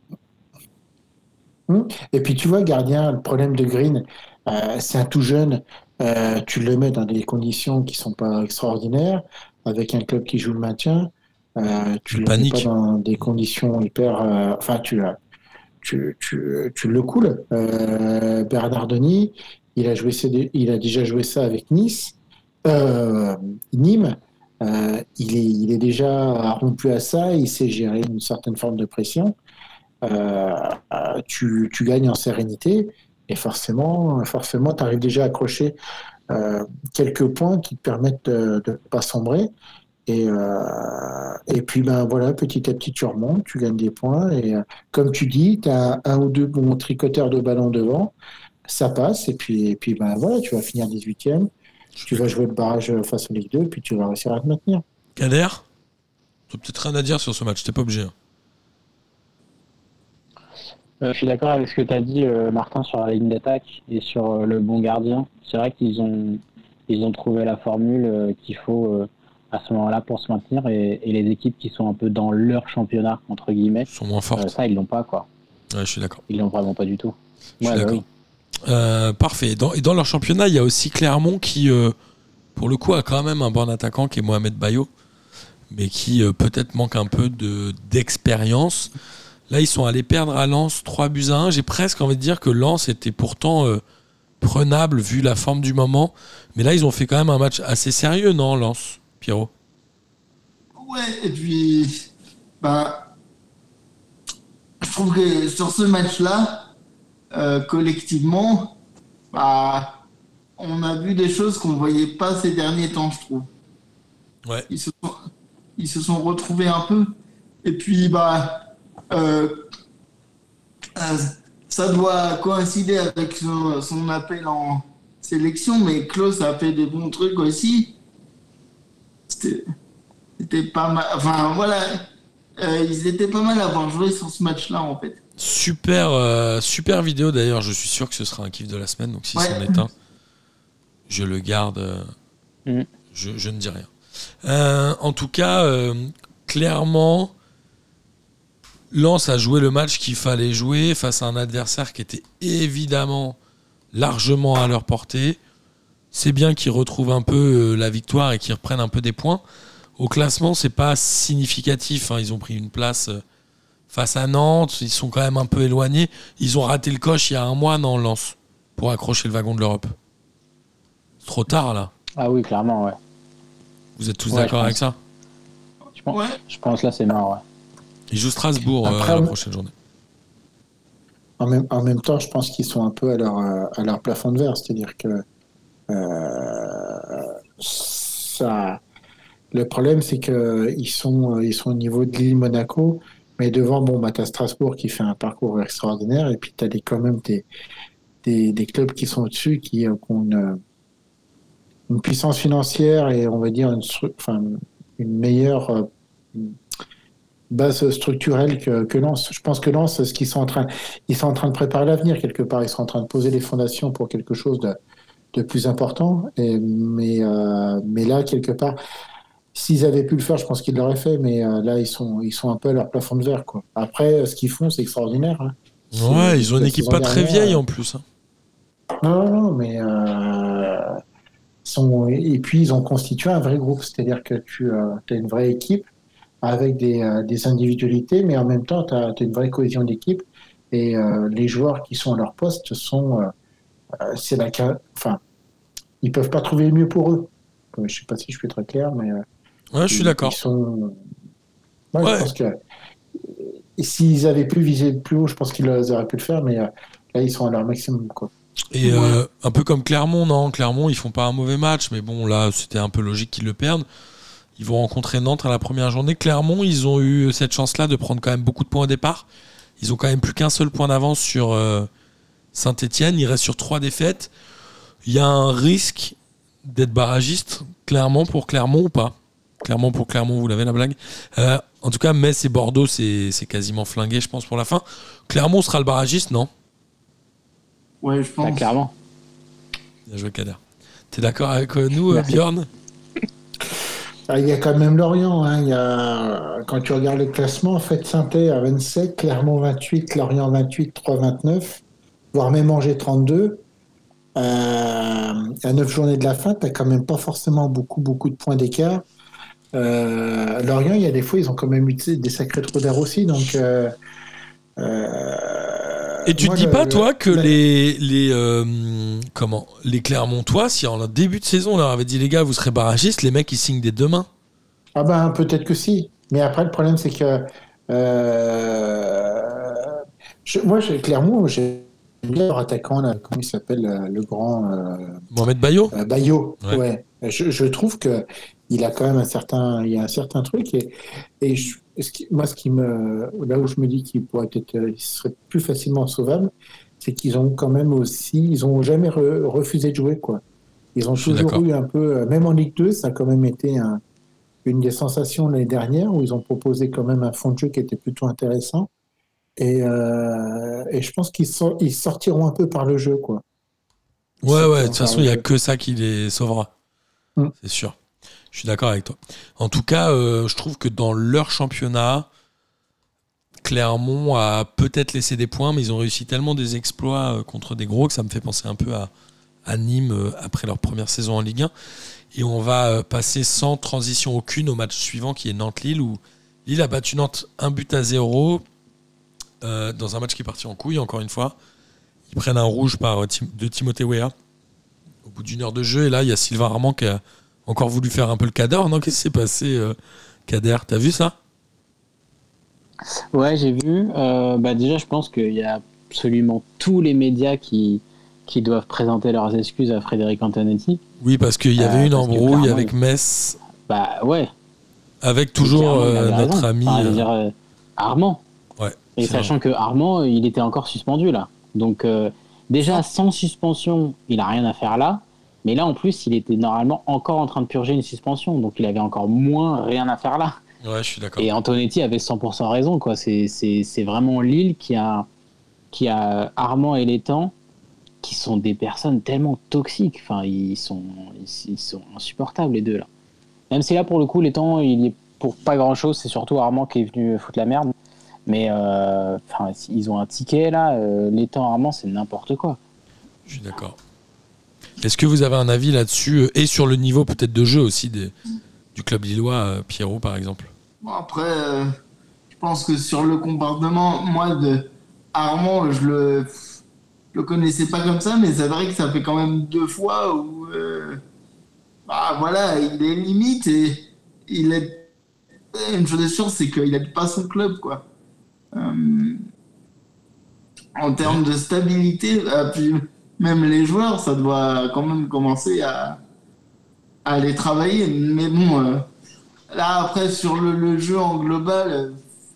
Et puis tu vois, gardien, le problème de Green, c'est un tout jeune. Tu le mets dans des conditions qui sont pas extraordinaires, avec un club qui joue le maintien. Tu le mets pas dans des conditions hyper... Tu le coules. Bernardoni, il a déjà joué ça avec Nîmes. Il est déjà rompu à ça. Il sait gérer une certaine forme de pression. Tu gagnes en sérénité et forcément, tu arrives déjà à accrocher quelques points qui te permettent de ne pas sombrer. Et puis, petit à petit, tu remontes, tu gagnes des points. Et comme tu dis, tu as un ou deux bons tricoteurs de ballon devant, ça passe. Et puis tu vas finir 18e. Tu vas jouer le barrage face au Ligue 2, puis tu vas réussir à te maintenir. Kader, tu n'as peut-être rien à dire sur ce match, t'es pas obligé. Je suis d'accord avec ce que tu as dit, Martin, sur la ligne d'attaque et sur le bon gardien. C'est vrai qu'ils ont trouvé la formule qu'il faut à ce moment-là pour se maintenir et les équipes qui sont un peu dans leur championnat, entre guillemets, sont moins fortes. Ça, ils l'ont pas, quoi. Ouais, je suis d'accord. Ils l'ont vraiment pas du tout. Je suis d'accord. Oui. Parfait. Et dans leur championnat, il y a aussi Clermont qui, pour le coup, a quand même un bon attaquant qui est Mohamed Bayo, mais qui peut-être manque un peu d'expérience. Là, ils sont allés perdre à Lens 3-1. J'ai presque envie de dire que Lens était pourtant prenable vu la forme du moment. Mais là, ils ont fait quand même un match assez sérieux, non, Lens, Pierrot? Ouais, et puis, je trouve que sur ce match-là, collectivement, on a vu des choses qu'on voyait pas ces derniers temps, je trouve. Ouais. Ils se sont retrouvés un peu. Et puis, euh, ça doit coïncider avec son appel en sélection, mais Klose a fait des bons trucs aussi. C'était pas mal. Enfin, voilà. Ils étaient pas mal à avoir joué sur ce match-là, en fait. Super vidéo d'ailleurs, je suis sûr que ce sera un kiff de la semaine, donc si c'en est un, je le garde, je ne dis rien. En tout cas, clairement, Lens a joué le match qu'il fallait jouer face à un adversaire qui était évidemment largement à leur portée. C'est bien qu'ils retrouvent un peu la victoire et qu'ils reprennent un peu des points. Au classement, c'est pas significatif, hein. Ils ont pris une place face à Nantes, ils sont quand même un peu éloignés. Ils ont raté le coche il y a un mois, non, Lens, pour accrocher le wagon de l'Europe. C'est trop tard, là. Ah oui, clairement, ouais. Vous êtes tous d'accord avec ça? Je pense là, c'est mort, ouais. Ils jouent Strasbourg la prochaine journée. En même temps, je pense qu'ils sont un peu à leur plafond de verre. C'est-à-dire que le problème, c'est qu'ils sont au niveau de Lille-Monaco, mais devant, t'as Strasbourg qui fait un parcours extraordinaire, et puis t'as quand même des clubs qui sont au-dessus, qui ont une puissance financière et on va dire une meilleure base structurelle que Lens. Je pense que Lens, ils sont en train de préparer l'avenir quelque part. Ils sont en train de poser les fondations pour quelque chose de plus important. Mais là, quelque part, s'ils avaient pu le faire, je pense qu'ils l'auraient fait. Mais là, ils sont un peu à leur plafond de verre, quoi. Après, ce qu'ils font, c'est extraordinaire. Hein. Ouais, ils ont une équipe pas très vieille en plus. Hein. Non, mais et puis ils ont constitué un vrai groupe. C'est-à-dire que tu as une vraie équipe avec des individualités, mais en même temps, tu as une vraie cohésion d'équipe. Et les joueurs qui sont à leur poste ils peuvent pas trouver mieux pour eux. Je sais pas si je suis très clair, mais ouais, je suis d'accord. Je pense que s'ils avaient pu viser plus haut, je pense qu'ils auraient pu le faire, mais là, ils sont à leur maximum, quoi. Et un peu comme Clermont, non? Clermont, ils font pas un mauvais match, mais bon, là, c'était un peu logique qu'ils le perdent. Ils vont rencontrer Nantes à la première journée. Clermont, ils ont eu cette chance-là de prendre quand même beaucoup de points au départ. Ils ont quand même plus qu'un seul point d'avance sur Saint-Etienne. Ils restent sur 3 défaites. Il y a un risque d'être barragiste, clairement, pour Clermont ou pas? Clairement pour Clermont, vous l'avez la blague. En tout cas, Metz et Bordeaux, c'est quasiment flingué, je pense, pour la fin. Clermont sera le barragiste, non? Ouais, je pense. Ah, clairement. Bien joué, Kader. T'es d'accord avec nous, Bjorn? Il y a quand même Lorient. Hein. Quand tu regardes le classement, en fait, Saint-Étienne à 27, Clermont 28, Lorient 28, 3 29, voire même Angers 32. À 9 journées de la fin, tu n'as quand même pas forcément beaucoup de points d'écart. Lorient, il y a des fois, ils ont quand même eu des sacrés trous d'air aussi. Donc, et tu te dis pas, toi, que les Clermontois, si en début de saison on leur avait dit les gars, vous serez barragistes, les mecs ils signent des 2 mains? Ah ben peut-être que si. Mais après, le problème, c'est que Clermont, j'aime bien leur attaquant, là, comment il s'appelle, le grand Mohamed Bayo? Bayo, Ouais. ouais. Je trouve que il a quand même il y a un certain truc et là où je me dis qu'il il serait plus facilement sauvable, c'est qu'ils ont quand même aussi, ils ont jamais refusé de jouer, quoi. Ils ont toujours eu un peu, même en Ligue 2, ça a quand même été une des sensations l'année dernière où ils ont proposé quand même un fond de jeu qui était plutôt intéressant et je pense ils sortiront un peu par le jeu, quoi. Ouais, de toute façon, il n'y a que ça qui les sauvera. C'est sûr. Je suis d'accord avec toi. En tout cas, je trouve que dans leur championnat, Clermont a peut-être laissé des points, mais ils ont réussi tellement des exploits contre des gros que ça me fait penser un peu à Nîmes après leur première saison en Ligue 1. Et on va passer sans transition aucune au match suivant qui est Nantes-Lille, où Lille a battu Nantes 1-0 dans un match qui est parti en couille, encore une fois. Ils prennent un rouge de Timothée Weah au bout d'1 heure de jeu. Et là, il y a Sylvain Armand qui a encore voulu faire un peu le Kader. Non, qu'est-ce qui s'est passé, Kader? T'as vu ça? Ouais, j'ai vu. Déjà, je pense qu'il y a absolument tous les médias qui qui doivent présenter leurs excuses à Frédéric Antonetti. Oui, parce qu'il y avait une parce que embrouille clairement, avec Metz, Bah ouais. avec toujours Clairement, il avait notre raison. ami. Enfin, je veux dire, Armand. Ouais, Et c'est sachant que Armand, il était encore suspendu là. Donc déjà sans suspension, il a rien à faire là. Mais là en plus, il était normalement encore en train de purger une suspension, donc il avait encore moins rien à faire là. Ouais, je suis d'accord. Et Antonetti avait 100% raison quoi. C'est vraiment Lille qui a Armand et Létang qui sont des personnes tellement toxiques. Enfin, ils sont insupportables les deux là. Même si là pour le coup Létang il est pour pas grand chose, c'est surtout Armand qui est venu foutre la merde. Mais ils ont un ticket là, Létang Armand c'est n'importe quoi. Je suis d'accord. Est-ce que vous avez un avis là-dessus et sur le niveau peut-être de jeu aussi du club lillois, Pierrot par exemple? Bon, après, je pense que sur le comportement, moi, de Armand, je le connaissais pas comme ça, mais c'est vrai que ça fait quand même 2 fois où, voilà, il est limite et il est. Une chose est sûre, c'est qu'il n'aide pas son club, quoi. En termes de stabilité, puis même les joueurs, ça doit quand même commencer à aller travailler. Mais bon, là, après, sur le jeu en global,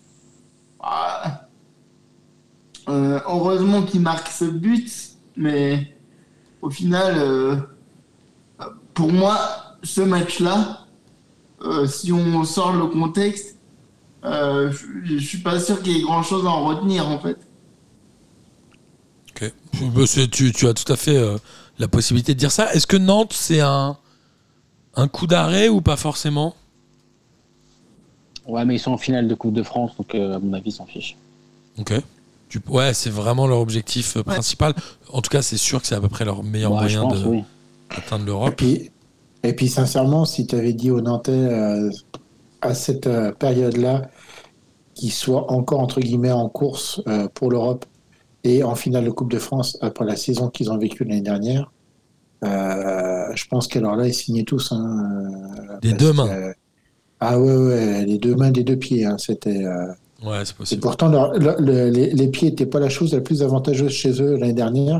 heureusement qu'il marque ce but, mais au final, pour moi, ce match-là, si on sort le contexte, je suis pas sûr qu'il y ait grand-chose à en retenir, en fait. Ok. Tu as tout à fait la possibilité de dire ça. Est-ce que Nantes, c'est un coup d'arrêt ou pas forcément? Ouais, mais ils sont en finale de Coupe de France, donc à mon avis, ils s'en fichent. Ok. Ouais, c'est vraiment leur objectif principal. En tout cas, c'est sûr que c'est à peu près leur meilleur moyen d'atteindre l'Europe. Et puis, sincèrement, si tu avais dit aux Nantais à cette période-là qu'ils soient encore, entre guillemets, en course pour l'Europe et en finale de Coupe de France après la saison qu'ils ont vécue l'année dernière, je pense qu'alors là, ils signaient tous. Des deux mains. Ah ouais, les deux mains des deux pieds. C'était. Ouais, c'est possible. Et pourtant, les pieds n'étaient pas la chose la plus avantageuse chez eux l'année dernière.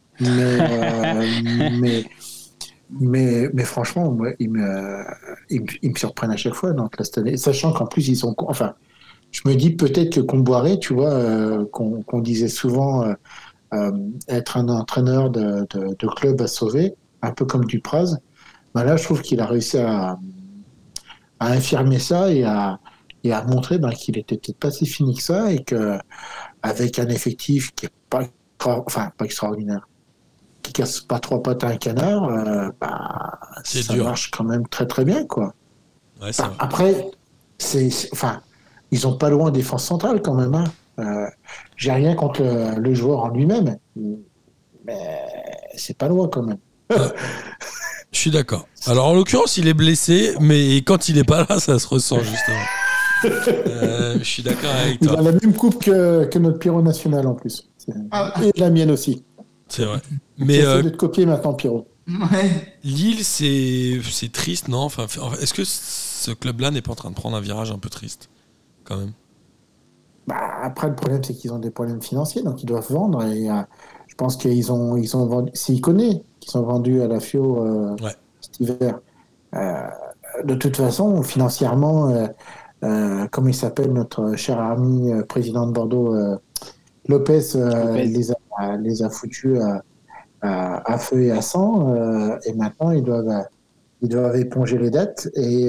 Mais franchement, moi, ils me surprennent à chaque fois. Donc, là, cette année, sachant qu'en plus, ils ont. Enfin, je me dis peut-être que Comboiré, tu vois, qu'on disait souvent être un entraîneur de club à sauver, un peu comme Dupraz. Ben là, je trouve qu'il a réussi à infirmer ça et à montrer qu'il était peut-être pas si fini que ça et qu'avec un effectif qui est pas extraordinaire, qui casse pas 3 pattes à un canard, ça dur. marche quand même très très bien, quoi. Ouais, c'est vrai. Après, ils ont pas loin de défense centrale quand même. J'ai rien contre le joueur en lui-même, mais c'est pas loin quand même. Je suis d'accord. Alors en l'occurrence, il est blessé, mais quand il est pas là, ça se ressent justement. Je suis d'accord avec toi. Il a la même coupe que notre Pierrot national en plus. Et la mienne aussi. C'est vrai. Mais j'essaie de te copier maintenant, Pierrot. Ouais. Lille, c'est triste, non? Enfin, est-ce que ce club-là n'est pas en train de prendre un virage un peu triste, quand même? Après, le problème, c'est qu'ils ont des problèmes financiers, donc ils doivent vendre. Et je pense qu'ils ont vendu. C'est Iconé qui sont vendus à la FIO cet hiver. De toute façon, financièrement, comment il s'appelle, notre cher ami président de Bordeaux, Lopez, les a foutus à feu et à sang. Et maintenant, ils doivent éponger les dettes. Et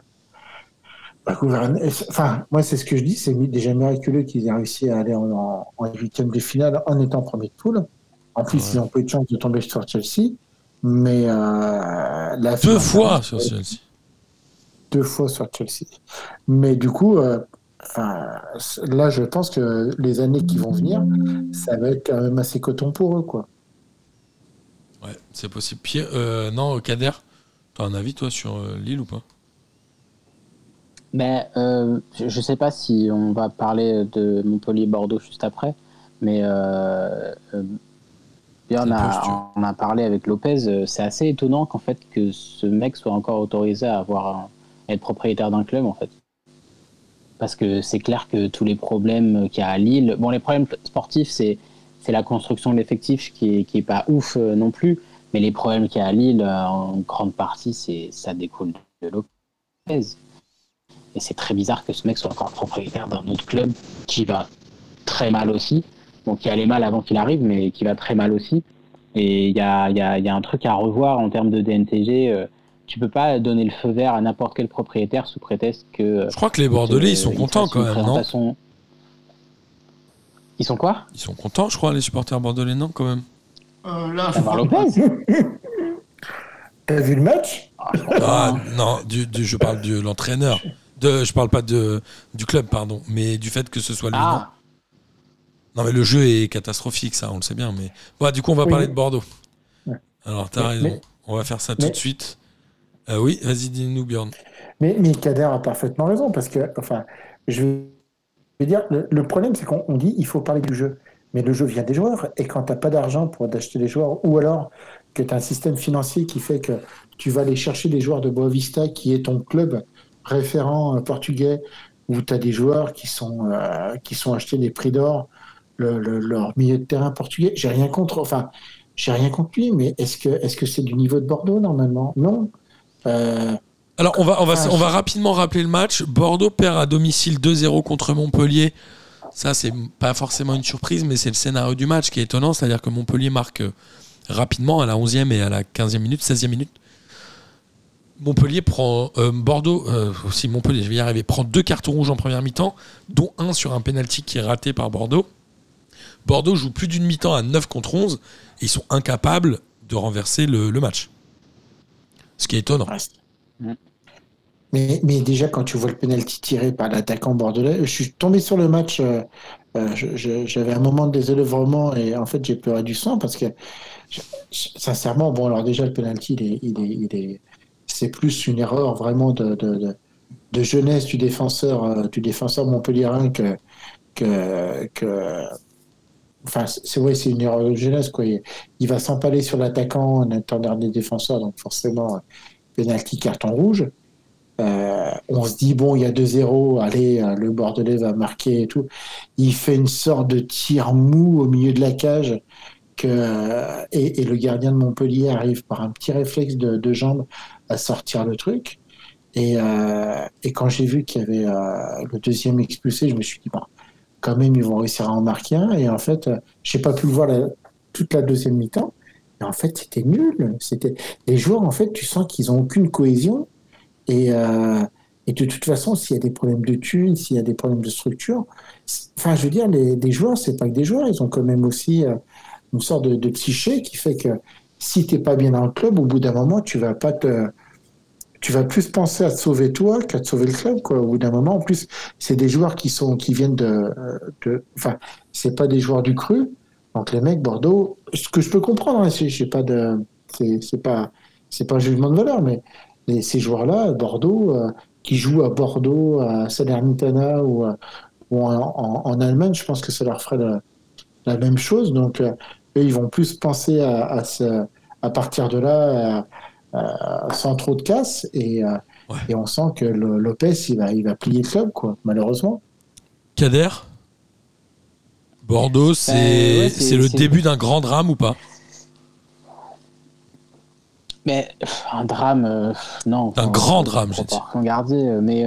moi, c'est ce que je dis, c'est déjà miraculeux qu'ils aient réussi à aller en huitième de finale en étant premier de poule. En plus, ils ont peu de chance de tomber sur Chelsea. Mais deux fois sur Chelsea. 2 fois sur Chelsea. Mais du coup, là, je pense que les années qui vont venir, ça va être quand même assez coton pour eux, quoi. Ouais, c'est possible. Pierre, non, Kader, tu as un avis, toi, sur Lille ou pas? Je sais pas si on va parler de Montpellier-Bordeaux juste après, mais on a parlé avec Lopez. C'est assez étonnant qu'en fait que ce mec soit encore autorisé à être propriétaire d'un club, en fait. Parce que c'est clair que tous les problèmes qu'il y a à Lille, bon, les problèmes sportifs, c'est c'est la construction de l'effectif qui est pas ouf non plus. Mais les problèmes qu'il y a à Lille, en grande partie, ça découle de Lopez. Et c'est très bizarre que ce mec soit encore propriétaire d'un autre club qui va très mal aussi. Donc, qui allait mal avant qu'il arrive, mais qui va très mal aussi. Et il y a un truc à revoir en termes de DNTG. Tu peux pas donner le feu vert à n'importe quel propriétaire sous prétexte que... Je crois que les Bordelais, ils sont contents quand même, non ? Ils sont quoi ? Ils sont contents, je crois, les supporters bordelais, non, quand même. Là, D'avoir Lopez. T'as vu le match ? Non, je parle de l'entraîneur. Je parle pas du club, pardon, mais du fait que ce soit lui. Non, mais le jeu est catastrophique, ça, on le sait bien. Mais bon, du coup, on va parler de Bordeaux. Ouais. Alors, t'as raison. On va faire ça tout de suite. Oui, vas-y, dis-nous, Björn. Mais Kader a parfaitement raison, parce que, enfin, je veux dire, le problème, c'est qu'on dit il faut parler du jeu. Mais le jeu vient des joueurs, et quand tu n'as pas d'argent pour acheter des joueurs, ou alors que tu as un système financier qui fait que tu vas aller chercher des joueurs de Boavista, qui est ton club référent portugais, où tu as des joueurs qui sont achetés des prix d'or, leur milieu de terrain portugais, j'ai rien contre lui, mais est-ce que c'est du niveau de Bordeaux normalement ? Non. Alors, on va rapidement rappeler le match. Bordeaux perd à domicile 2-0 contre Montpellier. Ça, c'est pas forcément une surprise, mais c'est le scénario du match qui est étonnant. C'est-à-dire que Montpellier marque rapidement à la 11e et à la 15e minute, 16e minute. Montpellier prend... Montpellier, je vais y arriver, prend 2 cartons rouges en première mi-temps, dont un sur un penalty qui est raté par Bordeaux. Bordeaux joue plus d'une mi-temps à 9 contre 11 et ils sont incapables de renverser le match. Ce qui est étonnant. Mais déjà, quand tu vois le penalty tiré par l'attaquant bordelais, je suis tombé sur le match, j'avais un moment de désœuvrement et en fait, j'ai pleuré du sang parce que, sincèrement, bon, alors déjà, le penalty, c'est plus une erreur vraiment de jeunesse du défenseur montpelliérain enfin, c'est une erreur de jeunesse, quoi. Il va s'empaler sur l'attaquant en étant dernier défenseur, donc forcément, penalty, carton rouge. On se dit, bon, il y a 2-0, allez, le Bordelais va marquer et tout. Il fait une sorte de tir mou au milieu de la cage et le gardien de Montpellier arrive par un petit réflexe de jambe à sortir le truc. Et quand j'ai vu qu'il y avait le deuxième expulsé, je me suis dit, bon, quand même, ils vont réussir à en marquer un. Et en fait, je n'ai pas pu le voir toute la deuxième mi-temps. Et en fait, c'était nul. Les joueurs, en fait, tu sens qu'ils n'ont aucune cohésion. Et de toute façon, s'il y a des problèmes de thunes, s'il y a des problèmes de structure, enfin, je veux dire, les joueurs, c'est pas que des joueurs, ils ont quand même aussi une sorte de psyché qui fait que si t'es pas bien dans le club, au bout d'un moment, tu vas plus penser à te sauver toi qu'à te sauver le club, quoi. Au bout d'un moment, en plus, c'est des joueurs qui viennent enfin, c'est pas des joueurs du cru. Donc les mecs, Bordeaux, ce que je peux comprendre, hein, c'est pas un jugement de valeur, mais ces joueurs-là, Bordeaux, qui jouent à Bordeaux, à Salernitana ou en Allemagne, je pense que ça leur ferait la même chose. Donc, eux, ils vont plus penser à partir de là sans trop de casse. Et on sent que Lopez, il va plier le club, quoi, malheureusement. Kader, Bordeaux, c'est le début d'un grand drame ou pas ? Mais un drame, non. Un grand drame, j'ai dit. Regarder, mais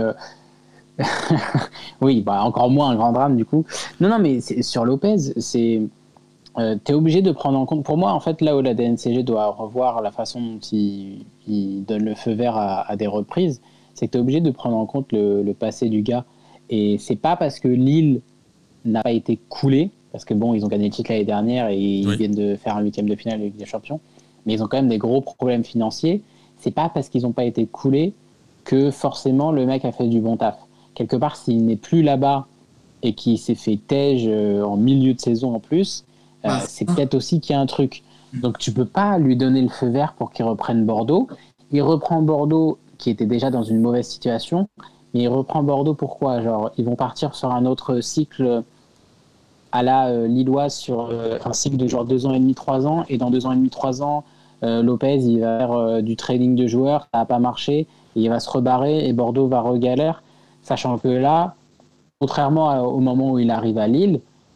oui, bah encore moins un grand drame du coup. Non, mais sur Lopez, t'es obligé de prendre en compte. Pour moi, en fait, là où la DNCG doit revoir la façon dont il donne le feu vert à des reprises, c'est que t'es obligé de prendre en compte le passé du gars. Et c'est pas parce que Lille n'a pas été coulé, parce que bon, ils ont gagné le titre l'année dernière et ils viennent de faire un 8e de finale de Ligue des Champions. Mais ils ont quand même des gros problèmes financiers. C'est pas parce qu'ils n'ont pas été coulés que forcément le mec a fait du bon taf. Quelque part, s'il n'est plus là-bas et qu'il s'est fait tège en milieu de saison en plus, c'est peut-être aussi qu'il y a un truc. Donc tu peux pas lui donner le feu vert pour qu'il reprenne Bordeaux. Il reprend Bordeaux qui était déjà dans une mauvaise situation, mais il reprend Bordeaux pourquoi ? Genre, ils vont partir sur un autre cycle à la Lilloise sur un cycle de genre 2 ans et demi, 3 ans, et dans 2 ans et demi, 3 ans, Lopez, il va faire du trading de joueurs, ça n'a pas marché, et il va se rebarrer, et Bordeaux va regalère, sachant que là, contrairement au moment où il arrive à Lille,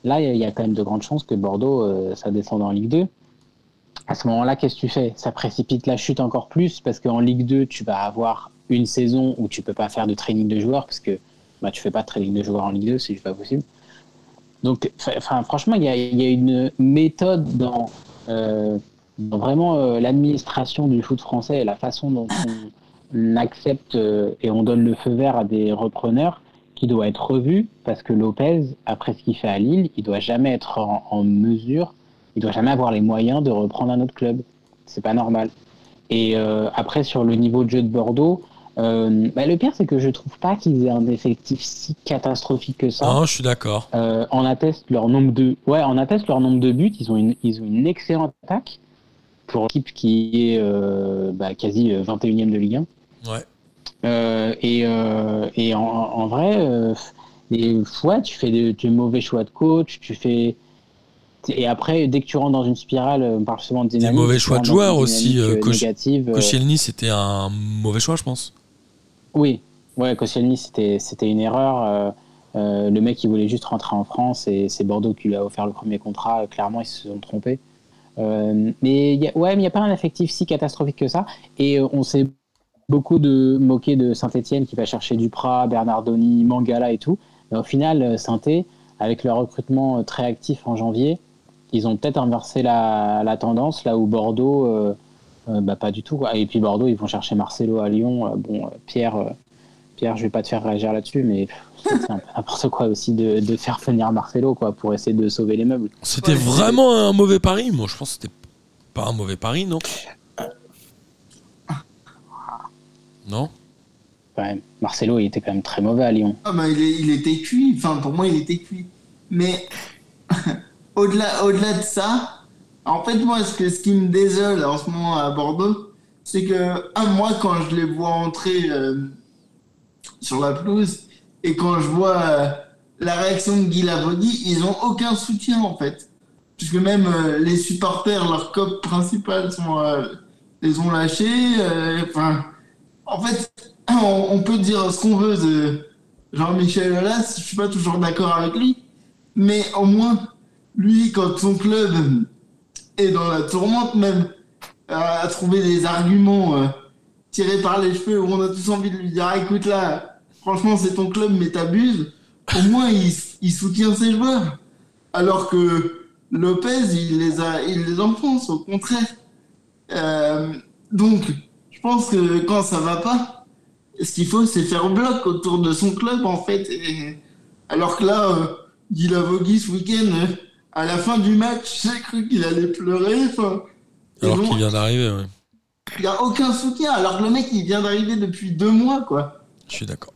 là, il y a quand même de grandes chances que Bordeaux, ça descende en Ligue 2. À ce moment-là, qu'est-ce que tu fais ? Ça précipite la chute encore plus parce qu'en Ligue 2, tu vas avoir une saison où tu peux pas faire de training de joueurs parce que tu fais pas de training de joueurs en Ligue 2, c'est juste pas possible. Donc, franchement, il y a une méthode dans vraiment l'administration du foot français et la façon dont on accepte et on donne le feu vert à des repreneurs qui doit être revue parce que Lopez, après ce qu'il fait à Lille, il doit jamais être en mesure, il doit jamais avoir les moyens de reprendre un autre club. C'est pas normal. Et après, sur le niveau de jeu de Bordeaux, le pire, c'est que je trouve pas qu'ils aient un effectif si catastrophique que ça. Non, je suis d'accord. On atteste leur nombre de buts. Ils ont une excellente attaque pour une équipe qui est quasi 21e de Ligue 1. Ouais. Et en vrai, tu fais de mauvais choix de coach, et après, dès que tu rentres dans une spirale, on parle souvent de dynamique. Des mauvais choix de joueurs aussi. Négative. Koscielny, c'était un mauvais choix, je pense. Oui, Koscielny, c'était une erreur. Le mec, il voulait juste rentrer en France et c'est Bordeaux qui lui a offert le premier contrat. Clairement, ils se sont trompés. Mais il n'y a pas un effectif si catastrophique que ça. Et on s'est beaucoup moqué de Saint-Etienne qui va chercher Duprat, Bernardoni, Mangala et tout. Mais au final, Saint-Etienne, avec leur recrutement très actif en janvier, ils ont peut-être inversé la tendance, là où Bordeaux, pas du tout, quoi. Et puis Bordeaux, ils vont chercher Marcelo à Lyon. Pierre, je vais pas te faire réagir là-dessus, mais c'est un peu n'importe quoi aussi de faire venir Marcelo, quoi, pour essayer de sauver les meubles. C'était vraiment un mauvais pari. Moi, je pense que c'était pas un mauvais pari, non ? Non ? Ouais, Marcelo, il était quand même très mauvais à Lyon. Ah bah il était cuit. Enfin, pour moi, il était cuit. Mais au-delà de ça, en fait, moi, ce qui me désole en ce moment à Bordeaux, c'est que moi, quand je les vois entrer sur la pelouse et quand je vois la réaction de Guy Lavogui, ils ont aucun soutien, en fait. Puisque même les supporters, leur cop principal, les ont lâchés. En fait, on peut dire ce qu'on veut de Jean-Michel Aulas, je suis pas toujours d'accord avec lui, mais au moins, lui, quand son club est dans la tourmente, même à trouver des arguments tirés par les cheveux, où on a tous envie de lui dire, écoute là, franchement c'est ton club, mais t'abuses, au moins il soutient ses joueurs. Alors que Lopez, il les enfonce, au contraire. Donc, je pense que quand ça va pas, ce qu'il faut, c'est faire bloc autour de son club, en fait. Alors que là, Guy Lavogui, ce week-end, à la fin du match, j'ai cru qu'il allait pleurer. Alors qu'il vient d'arriver, ouais. Il n'y a aucun soutien, alors que le mec, il vient d'arriver depuis 2 mois, quoi. Je suis d'accord.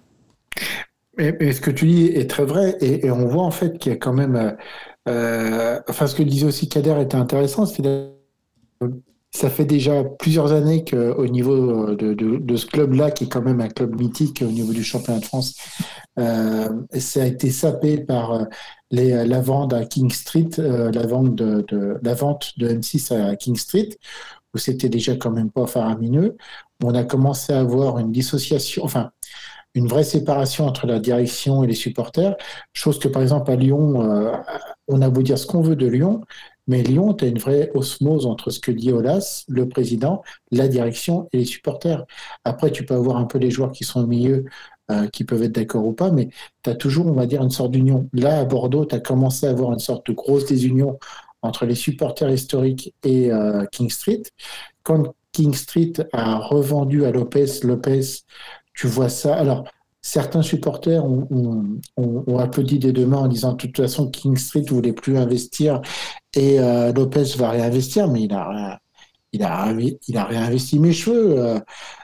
Et ce que tu dis est très vrai, et on voit en fait qu'il y a quand même... ce que disait aussi Kader était intéressant, c'est ça fait déjà plusieurs années qu'au niveau de ce club-là, qui est quand même un club mythique au niveau du championnat de France, ça a été sapé par la vente à King Street, la vente de M6 à King Street, où c'était déjà quand même pas faramineux. On a commencé à avoir une dissociation, une vraie séparation entre la direction et les supporters, chose que par exemple à Lyon, on a beau dire ce qu'on veut de Lyon, mais Lyon, tu as une vraie osmose entre ce que dit Aulas, le président, la direction et les supporters. Après, tu peux avoir un peu les joueurs qui sont au milieu, qui peuvent être d'accord ou pas, mais tu as toujours, on va dire, une sorte d'union. Là, à Bordeaux, tu as commencé à avoir une sorte de grosse désunion entre les supporters historiques et King Street. Quand King Street a revendu à Lopez, tu vois ça. Alors, certains supporters ont applaudi des deux mains en disant de toute façon King Street ne voulait plus investir et Lopez va réinvestir, mais il a réinvesti mes cheveux.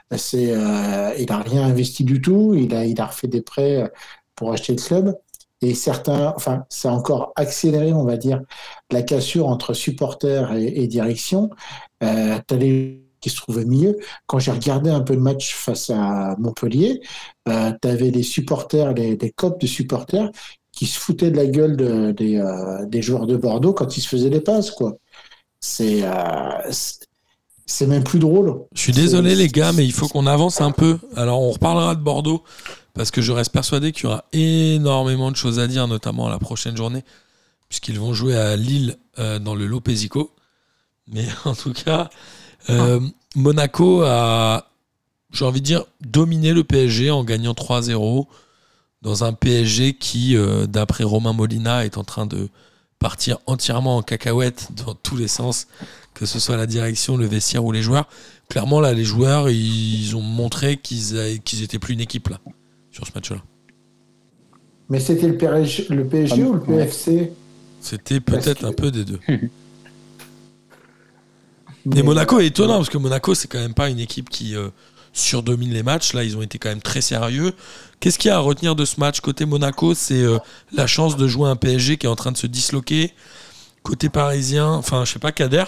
Il a rien investi du tout. Il a refait des prêts pour acheter le club. Et ça a encore accéléré, on va dire, la cassure entre supporters et direction. T'as les qui se trouvaient mieux. Quand j'ai regardé un peu le match face à Montpellier, t'avais les supporters, des copes de supporters qui se foutaient de la gueule des joueurs de Bordeaux quand ils se faisaient des passes, quoi. C'est même plus drôle. Je suis désolé les gars, mais il faut qu'on avance un peu. Alors on reparlera de Bordeaux, parce que je reste persuadé qu'il y aura énormément de choses à dire, notamment à la prochaine journée. puisqu'ils vont jouer à Lille dans le Lopézico. Mais en tout cas, Monaco a, j'ai envie de dire, dominé le PSG en gagnant 3-0 dans un PSG qui, d'après Romain Molina, est en train de partir entièrement en cacahuète dans tous les sens, que ce soit la direction, le vestiaire ou les joueurs. Clairement, là, les joueurs, ils ont montré qu'ils étaient plus une équipe là, sur ce match-là. Mais c'était le PSG ou le PFC? C'était peut-être un peu des deux. Et Monaco est étonnant, parce que Monaco, c'est quand même pas une équipe qui surdomine les matchs. Là, ils ont été quand même très sérieux. Qu'est-ce qu'il y a à retenir de ce match côté Monaco? C'est la chance de jouer un PSG qui est en train de se disloquer. Côté parisien, enfin, je sais pas, Kader?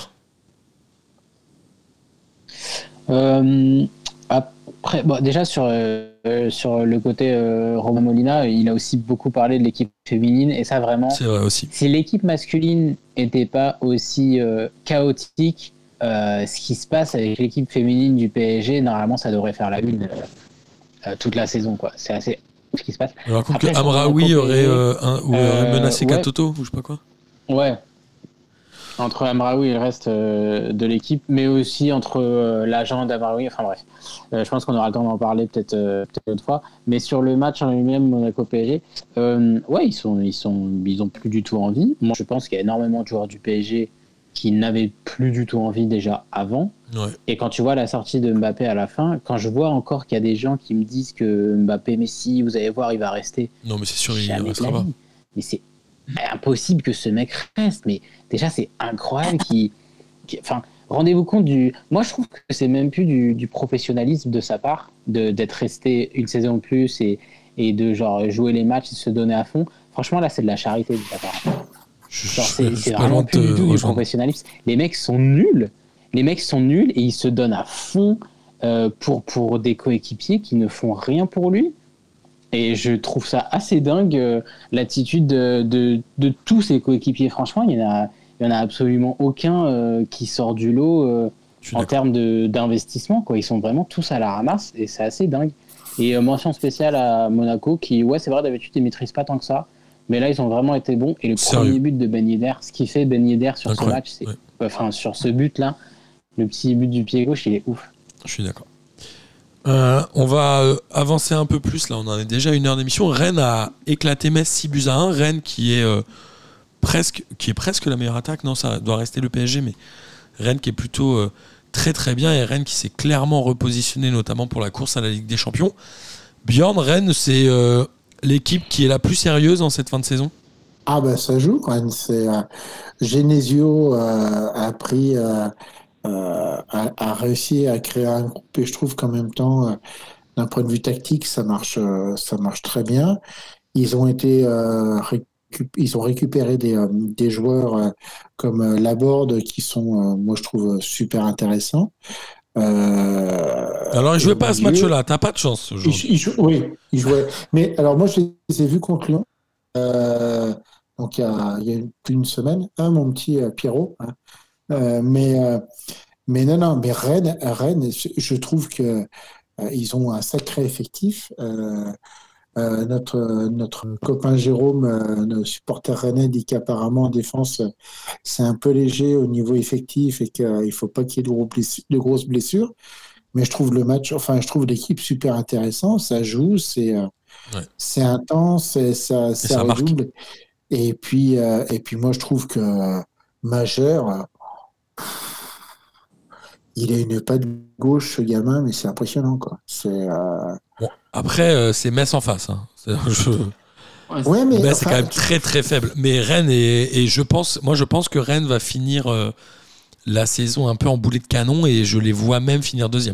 Après, bon, déjà sur le côté Romain Molina, il a aussi beaucoup parlé de l'équipe féminine, et ça vraiment, c'est vrai aussi. Si l'équipe masculine n'était pas aussi chaotique, ce qui se passe avec l'équipe féminine du PSG, normalement ça devrait faire la une toute la saison, quoi. C'est assez ce qui se passe. Alors que Amraoui aurait menacé Katoto, ou je sais pas quoi. Ouais. Entre Amraoui et le reste de l'équipe, mais aussi entre l'agent d'Amraoui, enfin bref. Je pense qu'on aura le temps d'en parler peut-être une autre fois. Mais sur le match en lui-même, Monaco-PSG, ouais, ils ont plus du tout envie. Moi, je pense qu'il y a énormément de joueurs du PSG qui n'avaient plus du tout envie déjà avant. Ouais. Et quand tu vois la sortie de Mbappé à la fin, quand je vois encore qu'il y a des gens qui me disent que Mbappé, Messi, vous allez voir, il va rester. Non, mais c'est sûr, il ne restera pas. Mais c'est impossible que ce mec reste. Mais déjà, c'est incroyable enfin, rendez-vous compte Moi, je trouve que c'est même plus du professionnalisme de sa part, d'être resté une saison de plus et de genre jouer les matchs et se donner à fond. Franchement, là, c'est de la charité de sa part. Genre, c'est vraiment plus du tout du professionnalisme. Les mecs sont nuls. Et ils se donnent à fond pour des coéquipiers qui ne font rien pour lui. Et je trouve ça assez dingue, l'attitude de tous ses coéquipiers. Franchement, il y en a absolument aucun qui sort du lot en termes d'investissement, quoi. Ils sont vraiment tous à la ramasse et c'est assez dingue. Et mention spéciale à Monaco qui, ouais, c'est vrai, d'habitude, ils ne maîtrisent pas tant que ça. Mais là, ils ont vraiment été bons. Et le premier but de Ben Yedder, ce qu'il fait Ben Yedder sur ce match, sur ce but-là, le petit but du pied gauche, il est ouf. Je suis d'accord. On va avancer un peu plus. Là, on en est déjà 1 heure d'émission. Rennes a éclaté Metz 6-1. Rennes qui est presque la meilleure attaque. Non, ça doit rester le PSG, mais Rennes qui est plutôt très très bien, et Rennes qui s'est clairement repositionné notamment pour la course à la Ligue des Champions. Bjorn, Rennes, c'est l'équipe qui est la plus sérieuse en cette fin de saison? Ah ben ça joue, Rennes. C'est Genesio a réussi à créer un groupe, et je trouve qu'en même temps, d'un point de vue tactique, ça marche très bien. Ils ont récupéré des joueurs comme Laborde qui sont, moi je trouve, super intéressants. Alors, il jouait pas à ce match-là, t'as pas de chance aujourd'hui. Oui, il jouait. Mais alors, moi, je les ai vus contre Lyon. Donc, il y a plus d'une semaine, mon petit Pierrot. Mais non, mais Rennes, je trouve que ils ont un sacré effectif. Notre copain Jérôme, notre supporter rennais, dit qu'apparemment en défense, c'est un peu léger au niveau effectif et qu'il ne faut pas qu'il y ait de grosses blessures. Mais je trouve je trouve l'équipe super intéressant. Ça joue, c'est intense, ça redouble. Et puis moi, je trouve que Majeur, il a une patte gauche, ce gamin, mais c'est impressionnant, quoi. Bon, après, c'est Metz en face. Hein. Ouais, mais Metz, c'est quand même très très faible. Mais Rennes, et je pense que Rennes va finir la saison un peu en boulet de canon, et je les vois même finir deuxième.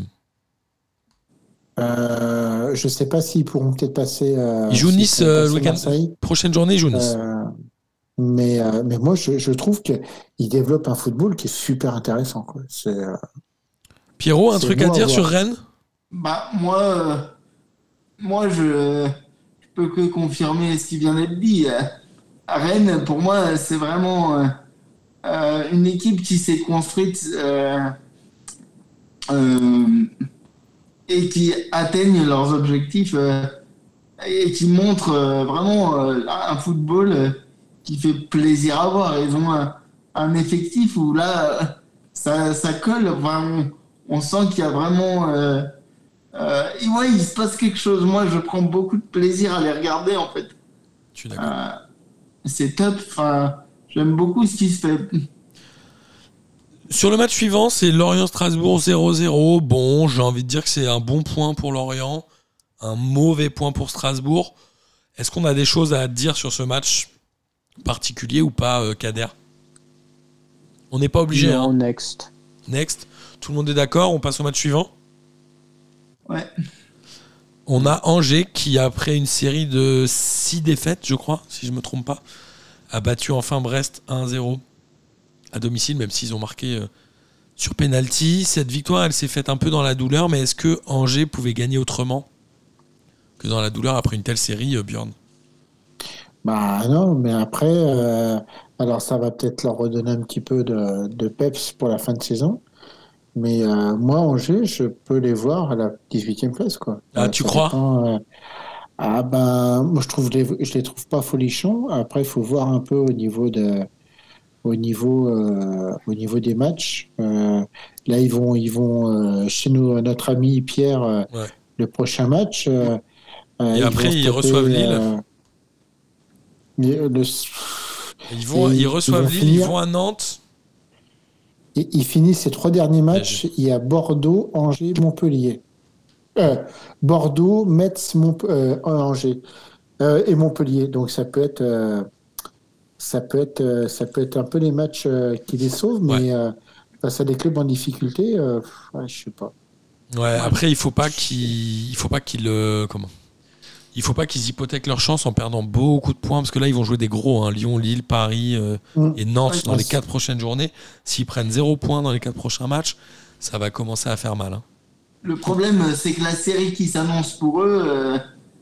Je sais pas s'ils pourront peut-être passer. Ils jouent Nice le week-end. Prochaine journée, ils jouent Nice. Mais moi, je trouve qu'ils développent un football qui est super intéressant, quoi. Pierrot, un truc à dire sur Rennes? Bah, moi, je peux que confirmer ce qui vient d'être dit. Rennes, pour moi, c'est vraiment une équipe qui s'est construite et qui atteignent leurs objectifs et qui montre vraiment un football qui fait plaisir à voir. Ils ont un effectif où là, ça colle. Enfin, on sent qu'il y a vraiment. Et ouais, il se passe quelque chose. Moi, je prends beaucoup de plaisir à les regarder, en fait. Je suis d'accord. C'est top. Enfin, j'aime beaucoup ce qui se fait. Sur le match suivant, c'est Lorient-Strasbourg 0-0. Bon, j'ai envie de dire que c'est un bon point pour Lorient, un mauvais point pour Strasbourg. Est-ce qu'on a des choses à dire sur ce match particulier ou pas, Kader ? On n'est pas obligé. Non, hein. next. Next. Tout le monde est d'accord ? On passe au match suivant ? Ouais. On a Angers qui, après une série de 6 défaites, je crois, si je ne me trompe pas, a battu enfin Brest 1-0 à domicile, même s'ils ont marqué sur penalty. Cette victoire, elle s'est faite un peu dans la douleur, mais est-ce que Angers pouvait gagner autrement que dans la douleur après une telle série, Bjorn ? Bah non, mais après, alors ça va peut-être leur redonner un petit peu de peps pour la fin de saison. Mais moi, Angers, je peux les voir à la 18e place, quoi. Ah, tu ça crois ? dépend, ah ben, moi je les trouve pas folichons. Après, il faut voir un peu au niveau des matchs. Là, ils vont chez notre ami Pierre Ouais. le prochain match. Et après, ils reçoivent Lille. Ils reçoivent Lille, ils vont à Nantes. Ils finissent ces 3 derniers matchs. Il y a Bordeaux, Angers, Montpellier. Bordeaux, Metz, Angers et Montpellier. Donc ça peut être un peu les matchs qui les sauvent, mais face à des clubs en difficulté, je sais pas. Ouais. Après, il faut pas qu'ils hypothèquent leur chance en perdant beaucoup de points, parce que là, ils vont jouer des gros, hein, Lyon, Lille, Paris et Nantes dans les 4 prochaines journées. S'ils prennent 0 points dans les 4 prochains matchs, ça va commencer à faire mal. Hein. Le problème, c'est que la série qui s'annonce pour eux,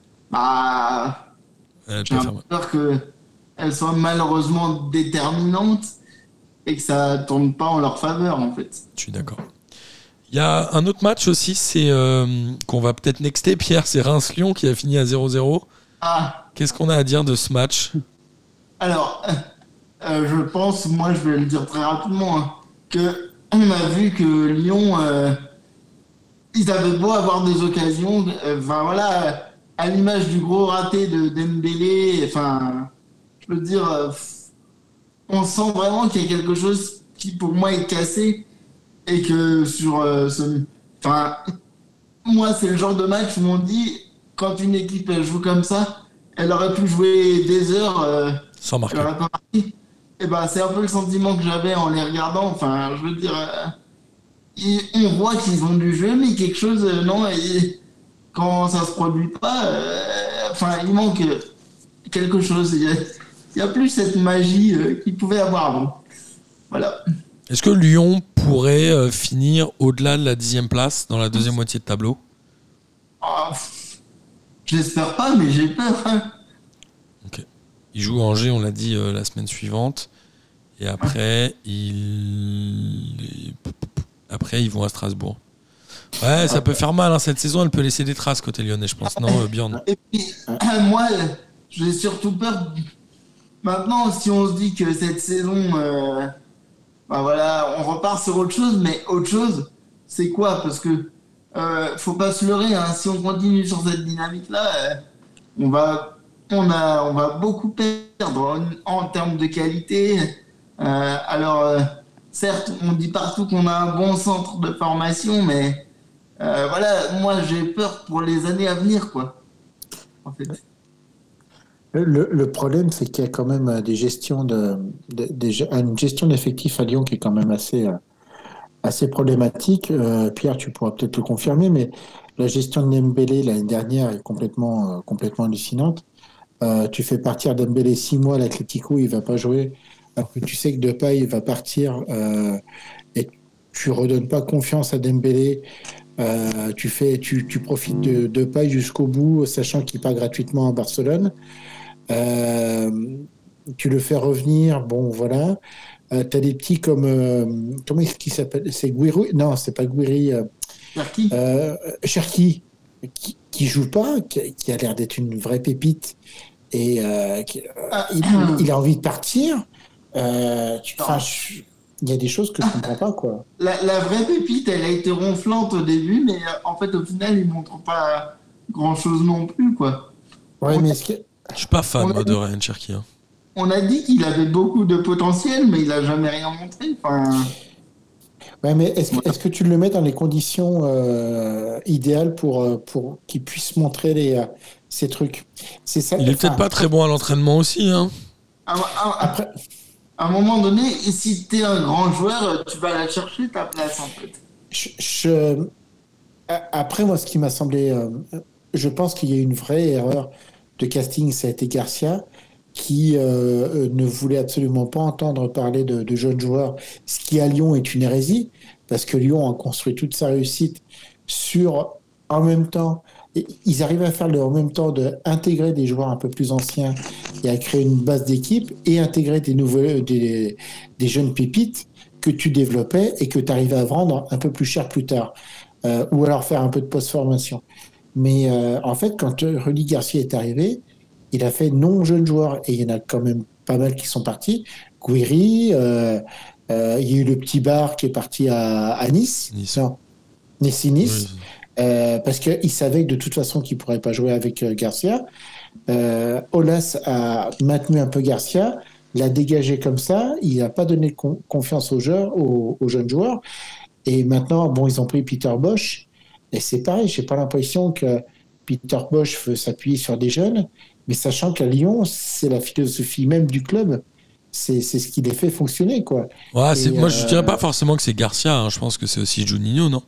j'ai peur qu'elle soit malheureusement déterminante et que ça ne tourne pas en leur faveur, en fait. Je suis d'accord. Il y a un autre match aussi, c'est qu'on va peut-être nexter, Pierre, c'est Reims-Lyon qui a fini à 0-0. Qu'est-ce qu'on a à dire de ce match ? Alors, je pense, moi je vais le dire très rapidement, hein, qu'on a vu que Lyon, ils avaient beau avoir des occasions, à l'image du gros raté de Dembélé, je veux dire, on sent vraiment qu'il y a quelque chose qui pour moi est cassé. Et que sur moi, c'est le genre de match où on dit, quand une équipe elle joue comme ça, elle aurait pu jouer des heures sans marquer. Elle aurait pas marqué. Et c'est un peu le sentiment que j'avais en les regardant. Je veux dire, on voit qu'ils ont du jeu, mais quelque chose, non, quand ça se produit pas, il manque quelque chose. Il y a plus cette magie qu'il pouvait avoir avant. Voilà. Est-ce que Lyon pourrait finir au-delà de la 10e place dans la deuxième moitié de tableau ? J'espère pas, mais j'ai peur. Hein. Ok. Ils jouent Angers, on l'a dit, la semaine suivante. Et après, ils vont à Strasbourg. Ouais, ça peut faire mal. Hein. Cette saison, elle peut laisser des traces côté lyonnais, je pense. Non, Bjorn ? Et puis, moi, j'ai surtout peur. Maintenant, si on se dit que cette saison... on repart sur autre chose, mais autre chose, c'est quoi ? Parce que faut pas se leurrer, hein, si on continue sur cette dynamique-là, on va beaucoup perdre en termes de qualité. Certes, on dit partout qu'on a un bon centre de formation, mais moi j'ai peur pour les années à venir, quoi. En fait. Le problème, c'est qu'il y a quand même une gestion d'effectifs à Lyon qui est quand même assez problématique. Pierre, tu pourras peut-être le confirmer, mais la gestion de Dembélé l'année dernière est complètement hallucinante. Tu fais partir Dembélé 6 mois à l'Atlético, il va pas jouer. Après, tu sais que Depay va partir et tu redonnes pas confiance à Dembélé. Tu profites de Depay jusqu'au bout, sachant qu'il part gratuitement à Barcelone. Tu le fais revenir, bon voilà. T'as des petits comme comment est-ce qu'il s'appelle ? C'est Gouiri ? Non, c'est pas Gouiri. Cherki qui joue pas, qui a l'air d'être une vraie pépite et il a envie de partir. Il y a des choses que je comprends pas, quoi. La vraie pépite, elle a été ronflante au début, mais en fait, au final, il montre pas grand-chose non plus, quoi. Ouais, mais Je suis pas fan moi, de Ryan Cherki. Hein. On a dit qu'il avait beaucoup de potentiel, mais il a jamais rien montré. Enfin, ouais, mais est-ce que tu le mets dans les conditions idéales pour qu'il puisse montrer ces trucs? C'est ça. Il est peut-être pas très bon à l'entraînement aussi. Hein. Après, à un moment donné, si t'es un grand joueur, tu vas la chercher ta place, en fait. après, moi, ce qui m'a semblé, je pense qu'il y a eu une vraie erreur de casting, ça a été Garcia, qui ne voulait absolument pas entendre parler de jeunes joueurs, ce qui à Lyon est une hérésie, parce que Lyon a construit toute sa réussite sur, en même temps, ils arrivent à faire le en même temps d'intégrer des joueurs un peu plus anciens et à créer une base d'équipe et intégrer des jeunes pépites que tu développais et que tu arrivais à vendre un peu plus cher plus tard, ou alors faire un peu de post-formation. Mais en fait, quand Rudy Garcia est arrivé, il a fait non jeune joueur et il y en a quand même pas mal qui sont partis. Guiri, il y a eu le petit bar qui est parti à Nice. Non, Nice. Oui. Parce qu'il savait que de toute façon qu'il ne pourrait pas jouer avec Garcia. Aulas a maintenu un peu Garcia, l'a dégagé comme ça, il n'a pas donné confiance aux jeunes joueurs. Et maintenant, bon, ils ont pris Peter Bosz. Et c'est pareil, je n'ai pas l'impression que Peter Bosz veut s'appuyer sur des jeunes, mais sachant qu'à Lyon, c'est la philosophie même du club. C'est ce qui les fait fonctionner, quoi. Ouais, moi, je ne dirais pas forcément que c'est Garcia. Hein. Je pense que c'est aussi Juninho, non?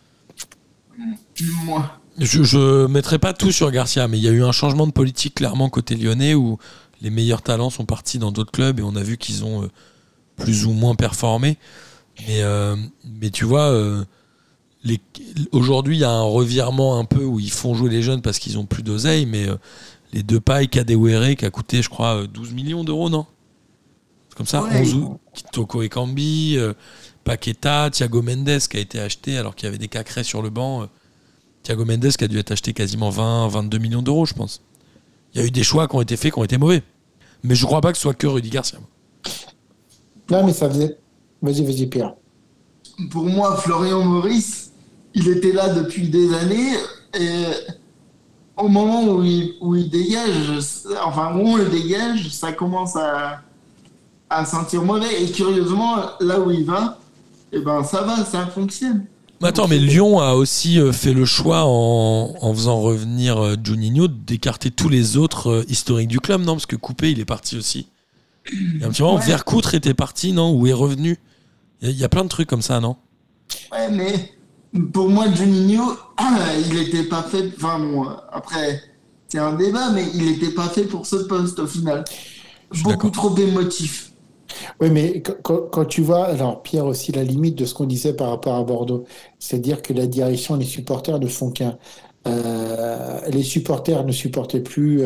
Moi. Je mettrai pas tout sur Garcia, mais il y a eu un changement de politique clairement côté lyonnais où les meilleurs talents sont partis dans d'autres clubs et on a vu qu'ils ont plus ou moins performé. Mais tu vois, aujourd'hui il y a un revirement un peu où ils font jouer les jeunes parce qu'ils ont plus d'oseille, mais les Depay, Kadewere qui a coûté je crois 12 millions d'euros, non? C'est comme ça, ouais. 11 Toko Ekambi, Paqueta, Thiago Mendes qui a été acheté alors qu'il y avait des Cacrés sur le banc. Thiago Mendes qui a dû être acheté quasiment 20-22 millions d'euros, je pense. Il y a eu des choix qui ont été faits, qui ont été mauvais. Mais je ne crois pas que ce soit que Rudy Garcia. Non, mais ça faisait... Vas-y, Pierre. Pour moi, Florian Maurice, il était là depuis des années. Et au moment où il dégage, enfin, où on le dégage, ça commence à sentir mauvais. Et curieusement, là où il va, eh ben, ça va, ça fonctionne. Attends, mais Lyon a aussi fait le choix en faisant revenir Juninho d'écarter tous les autres historiques du club, non? Parce que Coupé, il est parti aussi. Il y a un petit moment, Vercoutre était parti, non? Ou est revenu. Il y a plein de trucs comme ça, non? Ouais, mais pour moi, Juninho, il était pas fait... Enfin bon, après, c'est un débat, mais il était pas fait pour ce poste au final. Beaucoup trop émotif. Oui, mais quand tu vois, alors Pierre aussi, la limite de ce qu'on disait par rapport à Bordeaux, c'est-à-dire que la direction et les supporters ne font qu'un. Les supporters ne supportaient plus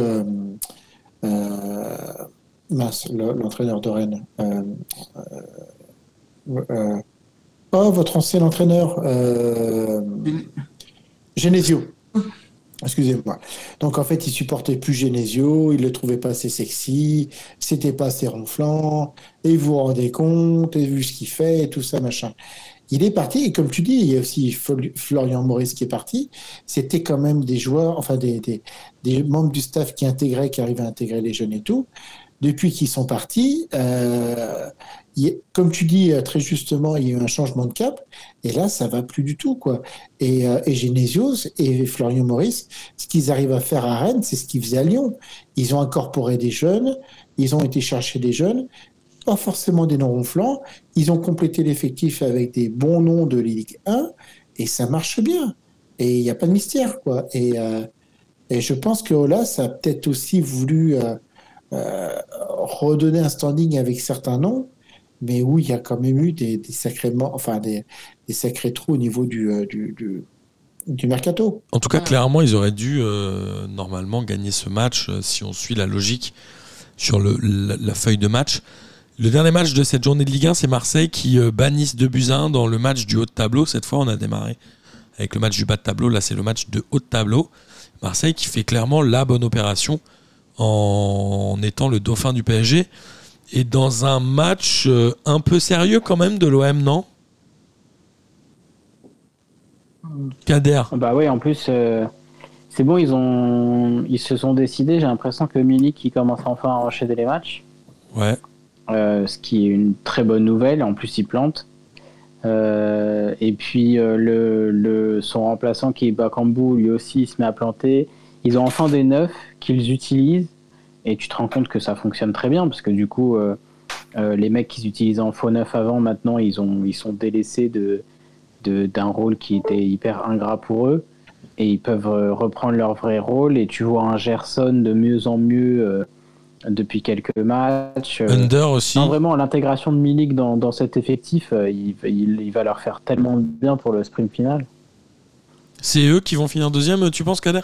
l'entraîneur de Rennes. Votre ancien entraîneur, Genesio. Excusez-moi. Donc en fait, il supportait plus Genesio, il le trouvait pas assez sexy, c'était pas assez ronflant, et vous vous rendez compte, et vu ce qu'il fait, et tout ça, machin. Il est parti, et comme tu dis, il y a aussi Florian Maurice qui est parti. C'était quand même des joueurs, enfin des membres du staff qui arrivaient à intégrer les jeunes et tout. Depuis qu'ils sont partis, comme tu dis très justement, il y a eu un changement de cap, et là, ça va plus du tout, quoi. Et Genesio et Florian Maurice, ce qu'ils arrivent à faire à Rennes, c'est ce qu'ils faisaient à Lyon. Ils ont incorporé des jeunes, ils ont été chercher des jeunes, pas forcément des noms ronflants, ils ont complété l'effectif avec des bons noms de Ligue 1, et ça marche bien. Et il n'y a pas de mystère, quoi. Et je pense que Aulas a peut-être aussi voulu redonner un standing avec certains noms, mais où il y a quand même eu des sacrés trous au niveau du mercato. En tout cas, clairement, ils auraient dû normalement gagner ce match si on suit la logique sur la feuille de match. Le dernier match de cette journée de Ligue 1, c'est Marseille qui bannissent 2-1 dans le match du haut de tableau. Cette fois, on a démarré avec le match du bas de tableau. Là, c'est le match de haut de tableau. Marseille qui fait clairement la bonne opération en étant le dauphin du PSG. Et dans un match un peu sérieux quand même de l'OM, non ? Kader. Bah ouais, en plus, c'est bon, ils se sont décidés. J'ai l'impression que Milik, il commence enfin à enchaîner les matchs. Ouais. Ce qui est une très bonne nouvelle. En plus, il plante. Et puis, son remplaçant qui est Bakambu, lui aussi, il se met à planter. Ils ont enfin des neufs qu'ils utilisent. Et tu te rends compte que ça fonctionne très bien. Parce que du coup, les mecs qu'ils utilisaient en faux neuf avant, maintenant, ils sont délaissés d'un rôle qui était hyper ingrat pour eux. Et ils peuvent reprendre leur vrai rôle. Et tu vois un Gerson de mieux en mieux depuis quelques matchs. Under aussi. Non, vraiment, l'intégration de Milik dans cet effectif, il va leur faire tellement bien pour le sprint final. C'est eux qui vont finir deuxième, tu penses, Kader ?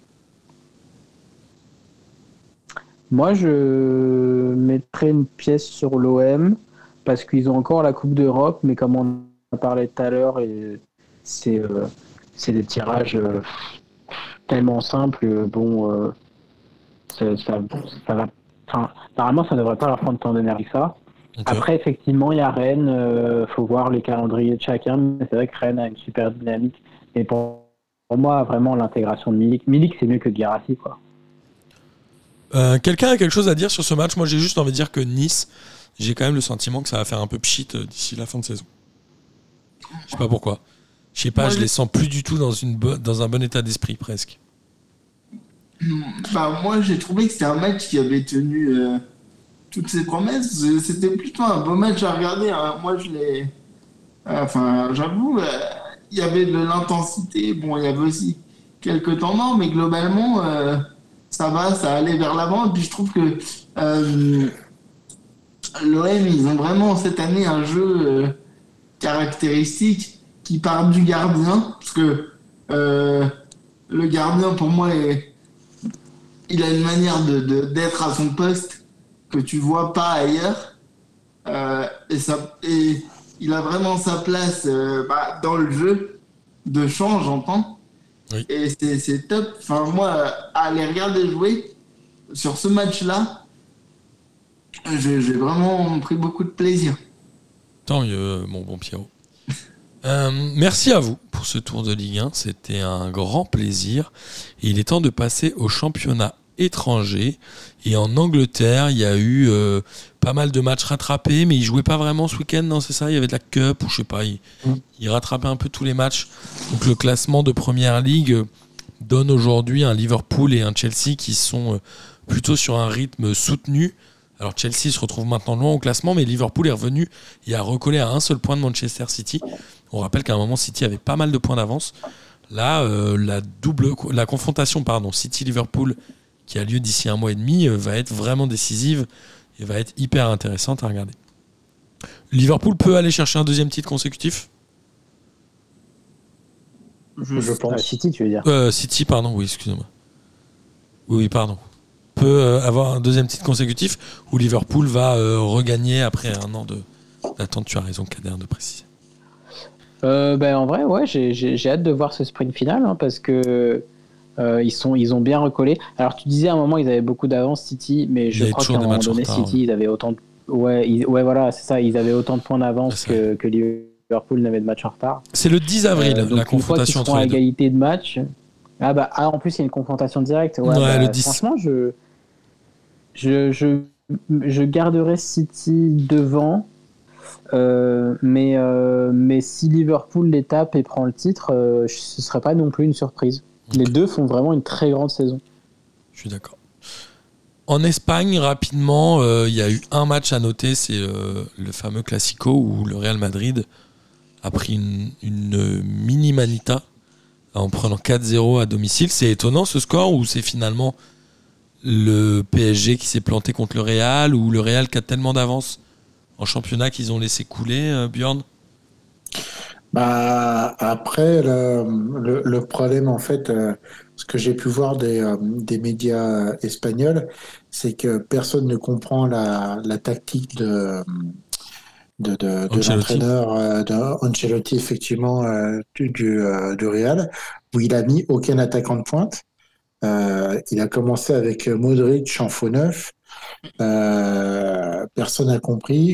Moi, je mettrais une pièce sur l'OM parce qu'ils ont encore la Coupe d'Europe, mais comme on en parlait tout à l'heure, c'est des tirages tellement simples. Bon, ça va. Enfin, normalement, ça ne devrait pas leur prendre tant d'énergie que ça. Okay. Après, effectivement, il y a Rennes. Faut voir les calendriers de chacun, mais c'est vrai que Rennes a une super dynamique. Et pour moi, vraiment, l'intégration de Milik, c'est mieux que Guirassy, quoi. Quelqu'un a quelque chose à dire sur ce match ? Moi, j'ai juste envie de dire que Nice, j'ai quand même le sentiment que ça va faire un peu pchit d'ici la fin de saison. Je sais pas pourquoi. Je sais pas, moi, je les sens plus du tout dans un bon état d'esprit, presque. Bah, moi, j'ai trouvé que c'était un match qui avait tenu toutes ses promesses. C'était plutôt un beau match à regarder. Hein. Moi, j'avoue, il y avait de l'intensité. Bon, il y avait aussi quelques temps morts, mais globalement, ça allait vers l'avant. Et puis, je trouve que l'OM, ils ont vraiment cette année un jeu caractéristique qui part du gardien. Parce que le gardien, pour moi, il a une manière d'être à son poste que tu vois pas ailleurs. Et il a vraiment sa place dans le jeu de champ, j'entends. Oui. Et c'est top. Enfin, moi, à les regarder jouer sur ce match-là, j'ai vraiment pris beaucoup de plaisir. Tant mieux, mon bon Pierrot. Merci à vous pour ce tour de Ligue 1. C'était un grand plaisir. Et il est temps de passer au championnat étranger. Et en Angleterre, il y a eu pas mal de matchs rattrapés, mais ils jouaient pas vraiment ce week-end, non, c'est ça ? Il y avait de la Cup, ou je sais pas, ils rattrapaient un peu tous les matchs. Donc le classement de Première Ligue donne aujourd'hui un Liverpool et un Chelsea qui sont plutôt sur un rythme soutenu. Alors Chelsea se retrouve maintenant loin au classement, mais Liverpool est revenu et a recollé à un seul point de Manchester City. On rappelle qu'à un moment, City avait pas mal de points d'avance. Là, la confrontation City-Liverpool qui a lieu d'ici 1 mois et demi va être vraiment décisive et va être hyper intéressante à regarder. Liverpool peut aller chercher un deuxième titre consécutif ? Je pense. City, tu veux dire ? City, pardon, oui, excusez-moi. Oui, pardon. Peut avoir un deuxième titre consécutif où Liverpool va regagner après un an d'attente. Tu as raison, Kader, de préciser. En vrai, ouais, j'ai hâte de voir ce sprint final parce que ils ont bien recollé. Alors tu disais à un moment ils avaient beaucoup d'avance City, mais je crois qu'à un moment donné City ils avaient autant de voilà, c'est ça, ils avaient autant de points d'avance que Liverpool n'avait de match en retard. C'est le 10 avril donc la confrontation entre les deux. À égalité de match. En plus il y a une confrontation directe. Le 10. Franchement, je garderai City devant. Mais si Liverpool les tape et prend le titre, ce serait pas non plus une surprise. Okay. Les deux font vraiment une très grande saison. Je suis d'accord. En Espagne, rapidement, il y a eu un match à noter, c'est le fameux Classico où le Real Madrid a pris une mini manita en prenant 4-0 à domicile. C'est étonnant ce score ou c'est finalement le PSG qui s'est planté contre le Real ou le Real qui a tellement d'avance en championnat qu'ils ont laissé couler, Bjorn ? Après, le problème, en fait, ce que j'ai pu voir des médias espagnols, c'est que personne ne comprend la tactique de l'entraîneur Ancelotti, effectivement, du Real, où il a mis aucun attaquant de pointe. Il a commencé avec Modric en faux neuf. Personne n'a compris.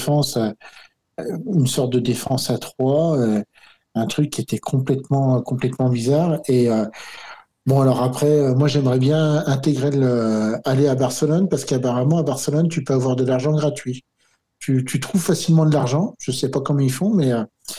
Une sorte de défense à trois, un truc qui était complètement bizarre. Et bon, alors après, moi j'aimerais bien aller à Barcelone parce qu'apparemment à Barcelone tu peux avoir de l'argent gratuit. Tu trouves facilement de l'argent. Je sais pas comment ils font, mais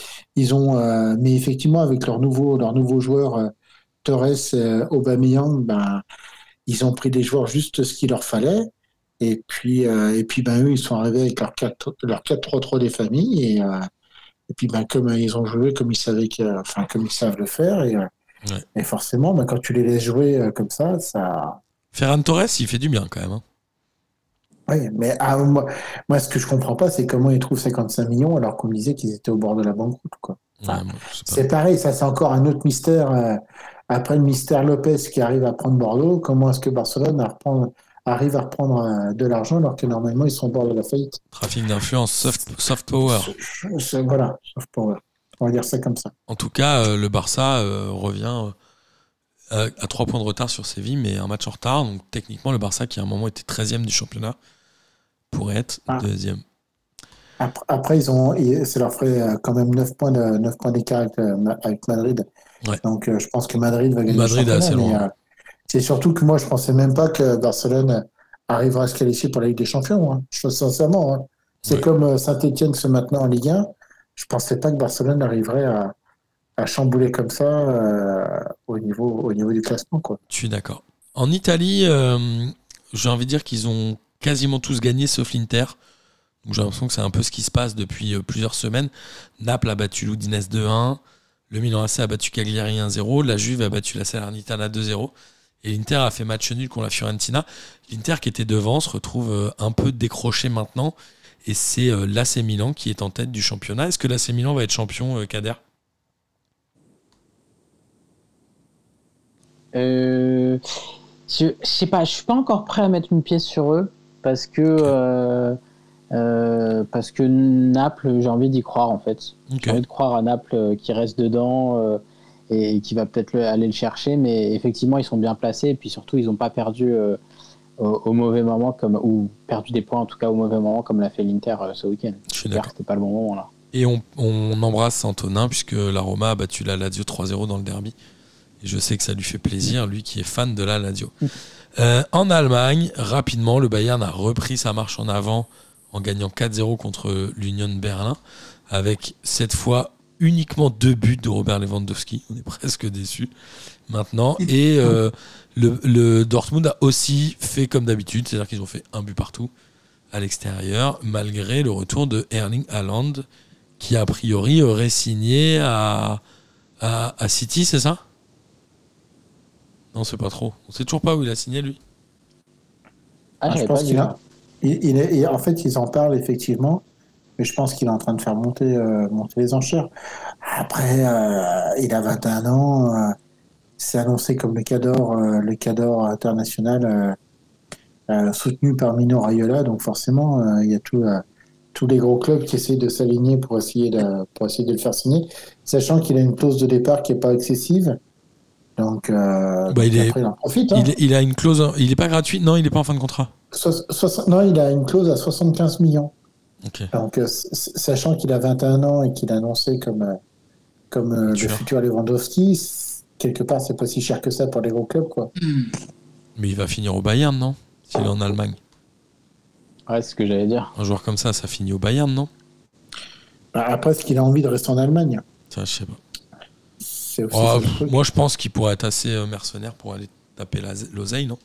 mais effectivement avec leur nouveau joueur Torres, Aubameyang, ben ils ont pris des joueurs juste ce qu'il leur fallait. Et puis ben eux ils sont arrivés avec leur 4-3-3 des familles et puis ben comme ils ont joué comme ils savaient comme ils savent le faire et forcément ben, quand tu les laisses jouer comme ça. Ferran Torres, il fait du bien quand même. Hein. Oui, mais moi, ce que je comprends pas, c'est comment ils trouvent 55 millions alors qu'on me disait qu'ils étaient au bord de la banqueroute, quoi. Enfin, Ouais, c'est pareil, ça c'est encore un autre mystère. Après le mystère Lopez qui arrive à prendre Bordeaux, comment est-ce que Barcelone arrive à reprendre de l'argent alors que normalement ils sont au bord de la faillite? Trafic d'influence, soft power. Voilà, soft power. On va dire ça comme ça. En tout cas, le Barça revient à 3 points de retard sur Séville, mais un match en retard. Donc techniquement, le Barça, qui à un moment était 13e du championnat, pourrait être 2e. Après, ça leur ferait quand même 9 points d'écart avec Madrid. Ouais. Donc, je pense que Madrid va gagner Madrid le est assez championnat. loin. C'est surtout que moi, je pensais même pas que Barcelone arrivera à se qualifier pour la Ligue des Champions. Hein. Je pense sincèrement. Hein. C'est comme Saint-Etienne ce matin en Ligue 1. Je pensais pas que Barcelone arriverait à chambouler comme ça au niveau du classement, quoi. Je suis d'accord. En Italie, j'ai envie de dire qu'ils ont quasiment tous gagné sauf l'Inter. Donc j'ai l'impression que c'est un peu ce qui se passe depuis plusieurs semaines. Naples a battu l'Udinese 2-1. Le Milan AC a battu Cagliari 1-0. La Juve a battu la Salernitana 2-0. Et l'Inter a fait match nul contre la Fiorentina. L'Inter qui était devant se retrouve un peu décroché maintenant. Et c'est l'AC Milan qui est en tête du championnat. Est-ce que l'AC Milan va être champion, Kader ? Je sais pas, je suis pas encore prêt à mettre une pièce sur eux parce que Naples, j'ai envie d'y croire en fait. Okay. J'ai envie de croire à Naples qui reste dedans et qui va peut-être aller le chercher, mais effectivement ils sont bien placés et puis surtout ils n'ont pas perdu au mauvais moment ou perdu des points en tout cas au mauvais moment comme l'a fait l'Inter ce week-end. C'était pas le bon moment là. Et on embrasse Antonin puisque la Roma a battu la Lazio 3-0 dans le derby. Et je sais que ça lui fait plaisir, lui qui est fan de la Lazio. En Allemagne, rapidement, le Bayern a repris sa marche en avant en gagnant 4-0 contre l'Union Berlin, avec cette fois uniquement 2 buts de Robert Lewandowski. On est presque déçus maintenant. Et le Dortmund a aussi fait comme d'habitude, c'est-à-dire qu'ils ont fait un but partout à l'extérieur, malgré le retour de Erling Haaland, qui a priori aurait signé à City, c'est ça ? Non, c'est pas trop. On sait toujours pas où il a signé, lui. Je pense en fait, ils en parlent effectivement, mais je pense qu'il est en train de faire monter les enchères. Après, il a 21 ans. C'est annoncé comme le cadre international soutenu par Mino Raiola. Donc forcément, il y a tous les gros clubs qui essayent de s'aligner pour essayer de le faire signer, sachant qu'il a une clause de départ qui n'est pas excessive. Donc, après, il en profite. Hein. Il a une clause. Il n'est pas gratuit. Non, il n'est pas en fin de contrat. Non, il a une clause à 75 millions. Okay. Donc, sachant qu'il a 21 ans et qu'il a annoncé comme le futur Lewandowski, quelque part, c'est pas si cher que ça pour les gros clubs, quoi. Mais il va finir au Bayern, non ? S'il est en Allemagne. Ouais, c'est ce que j'allais dire. Un joueur comme ça finit au Bayern, non ? Après, est-ce qu'il a envie de rester en Allemagne ? Ça, je sais pas. Moi, je pense qu'il pourrait être assez mercenaire pour aller taper l'oseille, non ?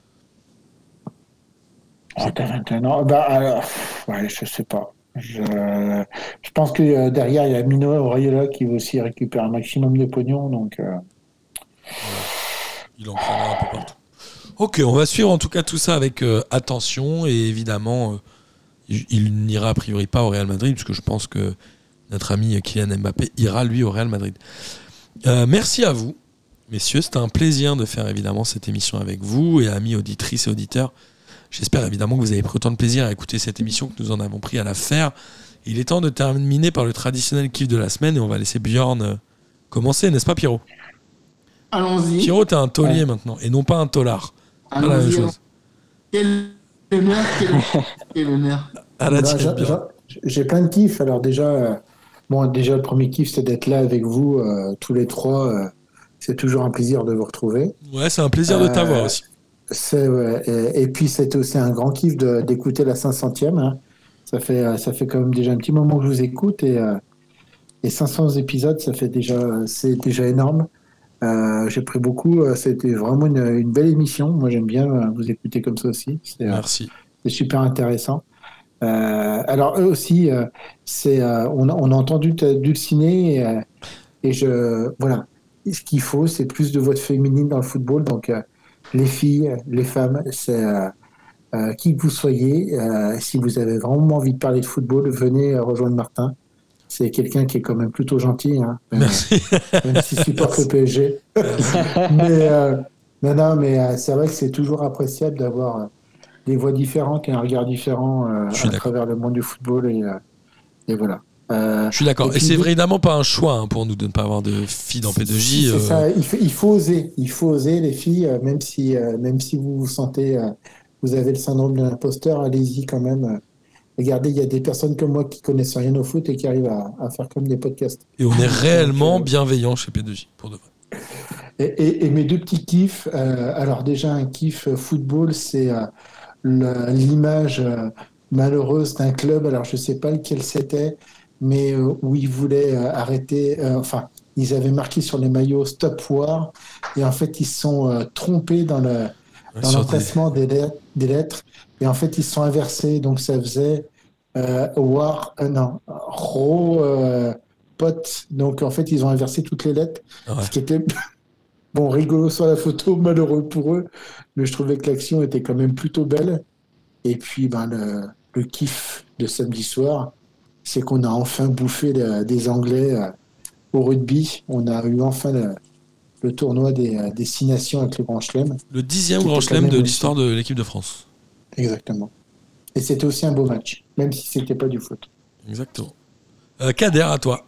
Non, je sais pas. Je pense que derrière, il y a Mino Raiola qui veut aussi récupérer un maximum de pognon, donc. Ouais. Il en prendra un peu partout. Ok, on va suivre en tout cas tout ça avec attention et évidemment, il n'ira a priori pas au Real Madrid puisque je pense que notre ami Kylian Mbappé ira lui au Real Madrid. Merci à vous, messieurs. C'était un plaisir de faire évidemment cette émission avec vous et amis auditrices et auditeurs. J'espère évidemment que vous avez pris autant de plaisir à écouter cette émission que nous en avons pris à la faire. Il est temps de terminer par le traditionnel kiff de la semaine et on va laisser Björn commencer, n'est-ce pas Pierrot ? Allons-y. Pierrot, t'es un taulier maintenant, et non pas un taulard. Pas la même Allons-y. chose. Quel honneur, quel honneur. À la Bah, tienne, Pierrot. j'ai plein de kiffs. Alors déjà, déjà le premier kiff, c'est d'être là avec vous tous les trois. C'est toujours un plaisir de vous retrouver. Ouais, c'est un plaisir de t'avoir aussi. Ouais, et puis c'était aussi un grand kiff d'écouter la 500e. Hein. Ça fait quand même déjà un petit moment que je vous écoute et 500 épisodes, c'est déjà énorme. J'ai pris beaucoup. C'était vraiment une belle émission. Moi, j'aime bien vous écouter comme ça aussi. Merci. C'est super intéressant. Alors eux aussi, on a entendu Dulcinée et voilà. Ce qu'il faut, c'est plus de voix féminine dans le football. Donc les filles, les femmes, c'est qui que vous soyez. Si vous avez vraiment envie de parler de football, venez rejoindre Martin. C'est quelqu'un qui est quand même plutôt gentil, hein, Merci. même s'il supporte le PSG. mais c'est vrai que c'est toujours appréciable d'avoir des voix différentes et un regard différent à travers le monde du football. Et voilà. Je suis d'accord. Et c'est évidemment pas un choix pour nous de ne pas avoir de filles dans P2J. C'est ça. Il faut oser. Il faut oser, les filles, même si vous vous sentez, vous avez le syndrome de l'imposteur, allez-y quand même. Regardez, il y a des personnes comme moi qui connaissent rien au foot et qui arrivent à faire comme des podcasts. Et on est réellement bienveillant chez P2J, pour de vrai. Et mes deux petits kiffs. Alors déjà, un kiff football, c'est l'image malheureuse d'un club. Alors je sais pas lequel c'était, mais où ils voulaient arrêter. Ils avaient marqué sur les maillots Stop War, et en fait ils se sont trompés dans l'emplacement des lettres, et en fait ils se sont inversés. Donc ça faisait Pot. Donc en fait ils ont inversé toutes les lettres, ce qui était rigolo sur la photo, malheureux pour eux, mais je trouvais que l'action était quand même plutôt belle. Et puis le kiff de samedi soir, c'est qu'on a enfin bouffé des Anglais au rugby. On a eu enfin le tournoi des 6 nations avec le Grand Chelem. Le 10e Grand Chelem de l'histoire de l'équipe de France. Exactement. Et c'était aussi un beau match, même si c'était pas du foot. Exactement. Kader, à toi.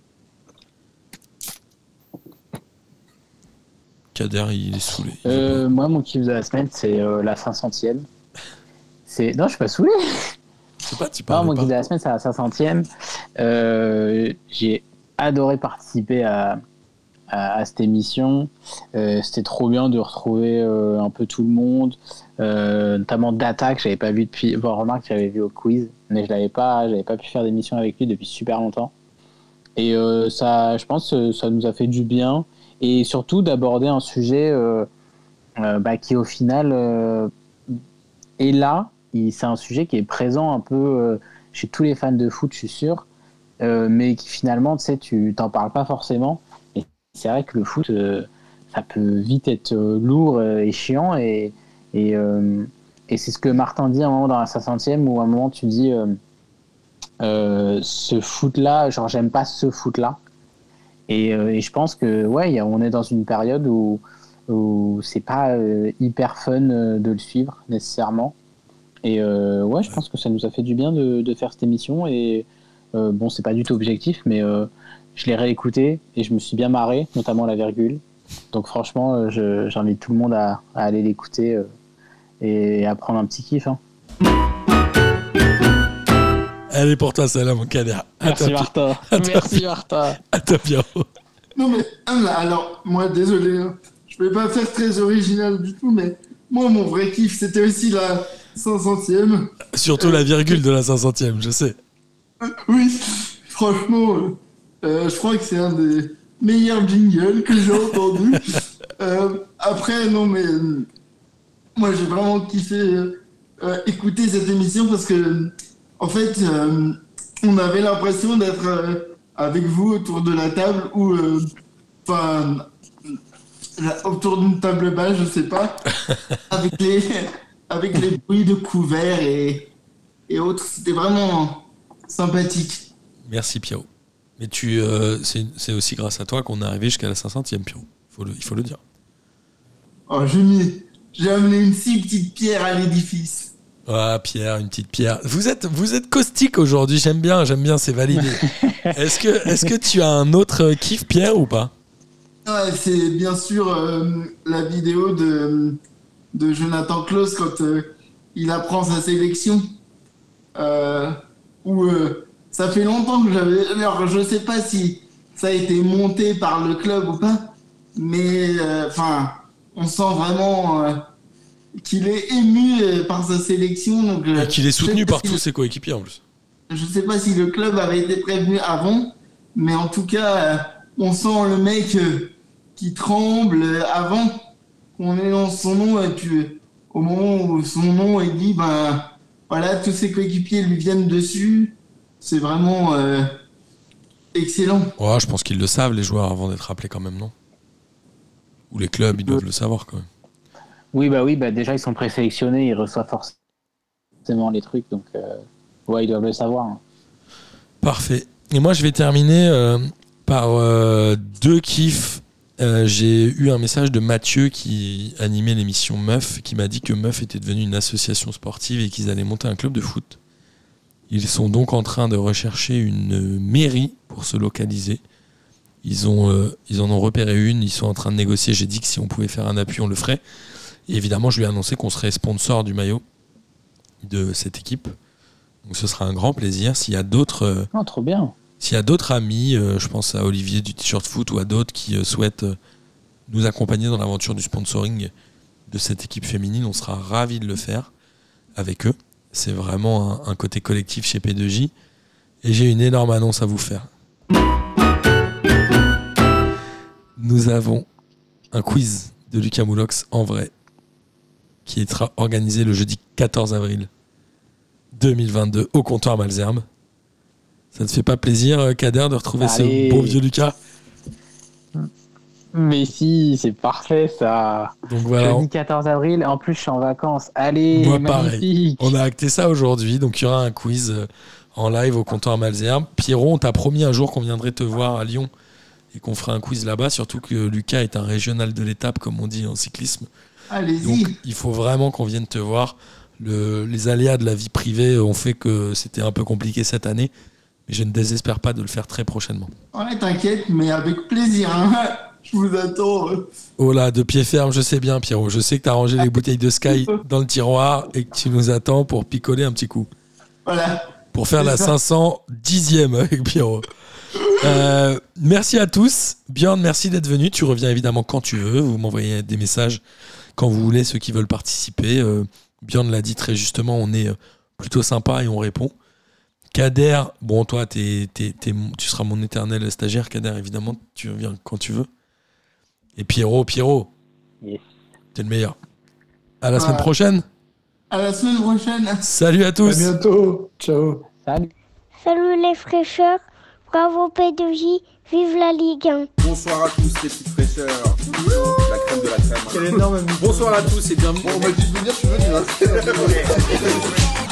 Kader, il est saoulé. Moi, mon kiff de la semaine, c'est la 500e. Non, je suis pas saoulé. C'est pas, tu parles mon pas. kiff de la semaine, c'est la 500e. J'ai adoré participer à cette émission. C'était trop bien de retrouver un peu tout le monde, notamment Data, que j'avais pas vu depuis. Bon, remarque, j'avais vu au quiz, mais j'avais pas pu faire d'émission avec lui depuis super longtemps. Et ça, je pense, ça nous a fait du bien. Et surtout d'aborder un sujet qui au final est là. C'est un sujet qui est présent un peu chez tous les fans de foot, je suis sûr, mais qui finalement, tu sais, tu t'en parles pas forcément. Et c'est vrai que le foot, ça peut vite être lourd et chiant. Et c'est ce que Martin dit à un moment dans la 500e, où à un moment tu dis ce foot-là, genre j'aime pas ce foot-là. Et je pense que on est dans une période où c'est pas hyper fun de le suivre nécessairement. Et je pense que ça nous a fait du bien de faire cette émission. Et c'est pas du tout objectif, mais je l'ai réécouté et je me suis bien marré, notamment la virgule. Donc franchement, j'invite tout le monde à aller l'écouter et à prendre un petit kiff. Hein. Elle est pour toi, celle-là, mon Kader. Merci, Martin. Merci, Martin. À toi, Pierrot. Non, mais alors, moi, désolé, hein, je vais pas faire très original du tout, mais moi, mon vrai kiff, c'était aussi la 500e. Surtout la virgule de la 500e, je sais. Oui, franchement, je crois que c'est un des meilleurs jingles que j'ai entendu. Après, non, mais moi, j'ai vraiment kiffé écouter cette émission parce que, en fait, on avait l'impression d'être avec vous autour de la table ou autour d'une table basse, je sais pas, avec les bruits de couverts et autres. C'était vraiment sympathique. Merci, Pierrot. Mais c'est aussi grâce à toi qu'on est arrivé jusqu'à la 500e, Pierrot. Il faut le dire. Oh, j'ai amené une si petite pierre à l'édifice. Ah, Pierre, une petite pierre. Vous êtes caustique aujourd'hui, j'aime bien, c'est validé. Est-ce que tu as un autre kiff, Pierre, ou pas ? Ouais, c'est bien sûr la vidéo de Jonathan Klaus quand il apprend sa sélection. Où ça fait longtemps que j'avais. Alors, je sais pas si ça a été monté par le club ou pas, mais on sent vraiment qu'il est ému par sa sélection. Donc, Et qu'il est soutenu par tous ses coéquipiers en plus. Je sais pas si le club avait été prévenu avant, mais en tout cas, on sent le mec qui tremble avant qu'on énonce son nom, et puis au moment où son nom est dit, voilà, tous ses coéquipiers lui viennent dessus. C'est vraiment excellent. Ouais, je pense qu'ils le savent, les joueurs, avant d'être appelés quand même, non? Ou les clubs, ils doivent le savoir quand même. Oui, déjà, ils sont présélectionnés, ils reçoivent forcément les trucs, donc ils doivent le savoir. Hein. Parfait. Et moi, je vais terminer par deux kiffs. J'ai eu un message de Mathieu qui animait l'émission Meuf, qui m'a dit que Meuf était devenue une association sportive et qu'ils allaient monter un club de foot. Ils sont donc en train de rechercher une mairie pour se localiser. Ils en ont repéré une, ils sont en train de négocier. J'ai dit que si on pouvait faire un appui, on le ferait. Et évidemment, je lui ai annoncé qu'on serait sponsor du maillot de cette équipe. Donc ce sera un grand plaisir. S'il y a d'autres... trop bien. S'il y a d'autres amis, je pense à Olivier du T-shirt foot ou à d'autres qui souhaitent nous accompagner dans l'aventure du sponsoring de cette équipe féminine, on sera ravis de le faire avec eux. C'est vraiment un côté collectif chez P2J. Et j'ai une énorme annonce à vous faire. Nous avons un quiz de Lucas Moulox en vrai qui sera organisé le jeudi 14 avril 2022 au comptoir Malzerbe. Ça te fait pas plaisir, Kader, de retrouver ce beau vieux Lucas? Mais si, c'est parfait ça. Donc voilà. Jeudi 14 avril, en plus je suis en vacances. Allez, moi pareil. magnifique. On a acté ça aujourd'hui, donc il y aura un quiz en live au comptoir Malzerbe. Pierrot, on t'a promis un jour qu'on viendrait te voir à Lyon et qu'on ferait un quiz là-bas, surtout que Lucas est un régional de l'étape, comme on dit en cyclisme. Allez-y. Donc il faut vraiment qu'on vienne te voir. Les aléas de la vie privée ont fait que c'était un peu compliqué cette année, mais je ne désespère pas de le faire très prochainement. Ouais, t'inquiète, mais avec plaisir. Hein. Je vous attends. Oh là, de pied ferme, je sais bien, Pierrot. Je sais que tu as rangé les bouteilles de Sky dans le tiroir et que tu nous attends pour picoler un petit coup. Voilà. Pour faire la 510e avec Pierrot. Merci à tous. Björn, merci d'être venu. Tu reviens évidemment quand tu veux. Vous m'envoyez des messages quand vous voulez, ceux qui veulent participer. Björn l'a dit très justement, on est plutôt sympa et on répond. Kader, bon, toi, tu seras mon éternel stagiaire, Kader, évidemment. Tu reviens quand tu veux. Et Pierrot, yes. T'es le meilleur. À la semaine prochaine. À la semaine prochaine. Salut à tous. À bientôt. Ciao. Salut. Salut les fraîcheurs, bravo P2J, vive la Ligue 1. Bonsoir à tous les petites fraîcheurs. La crème de la crème. Quel énorme. Bonsoir à tous et bienvenue. Bon, on m'a dit de venir, je suis venu. Hein.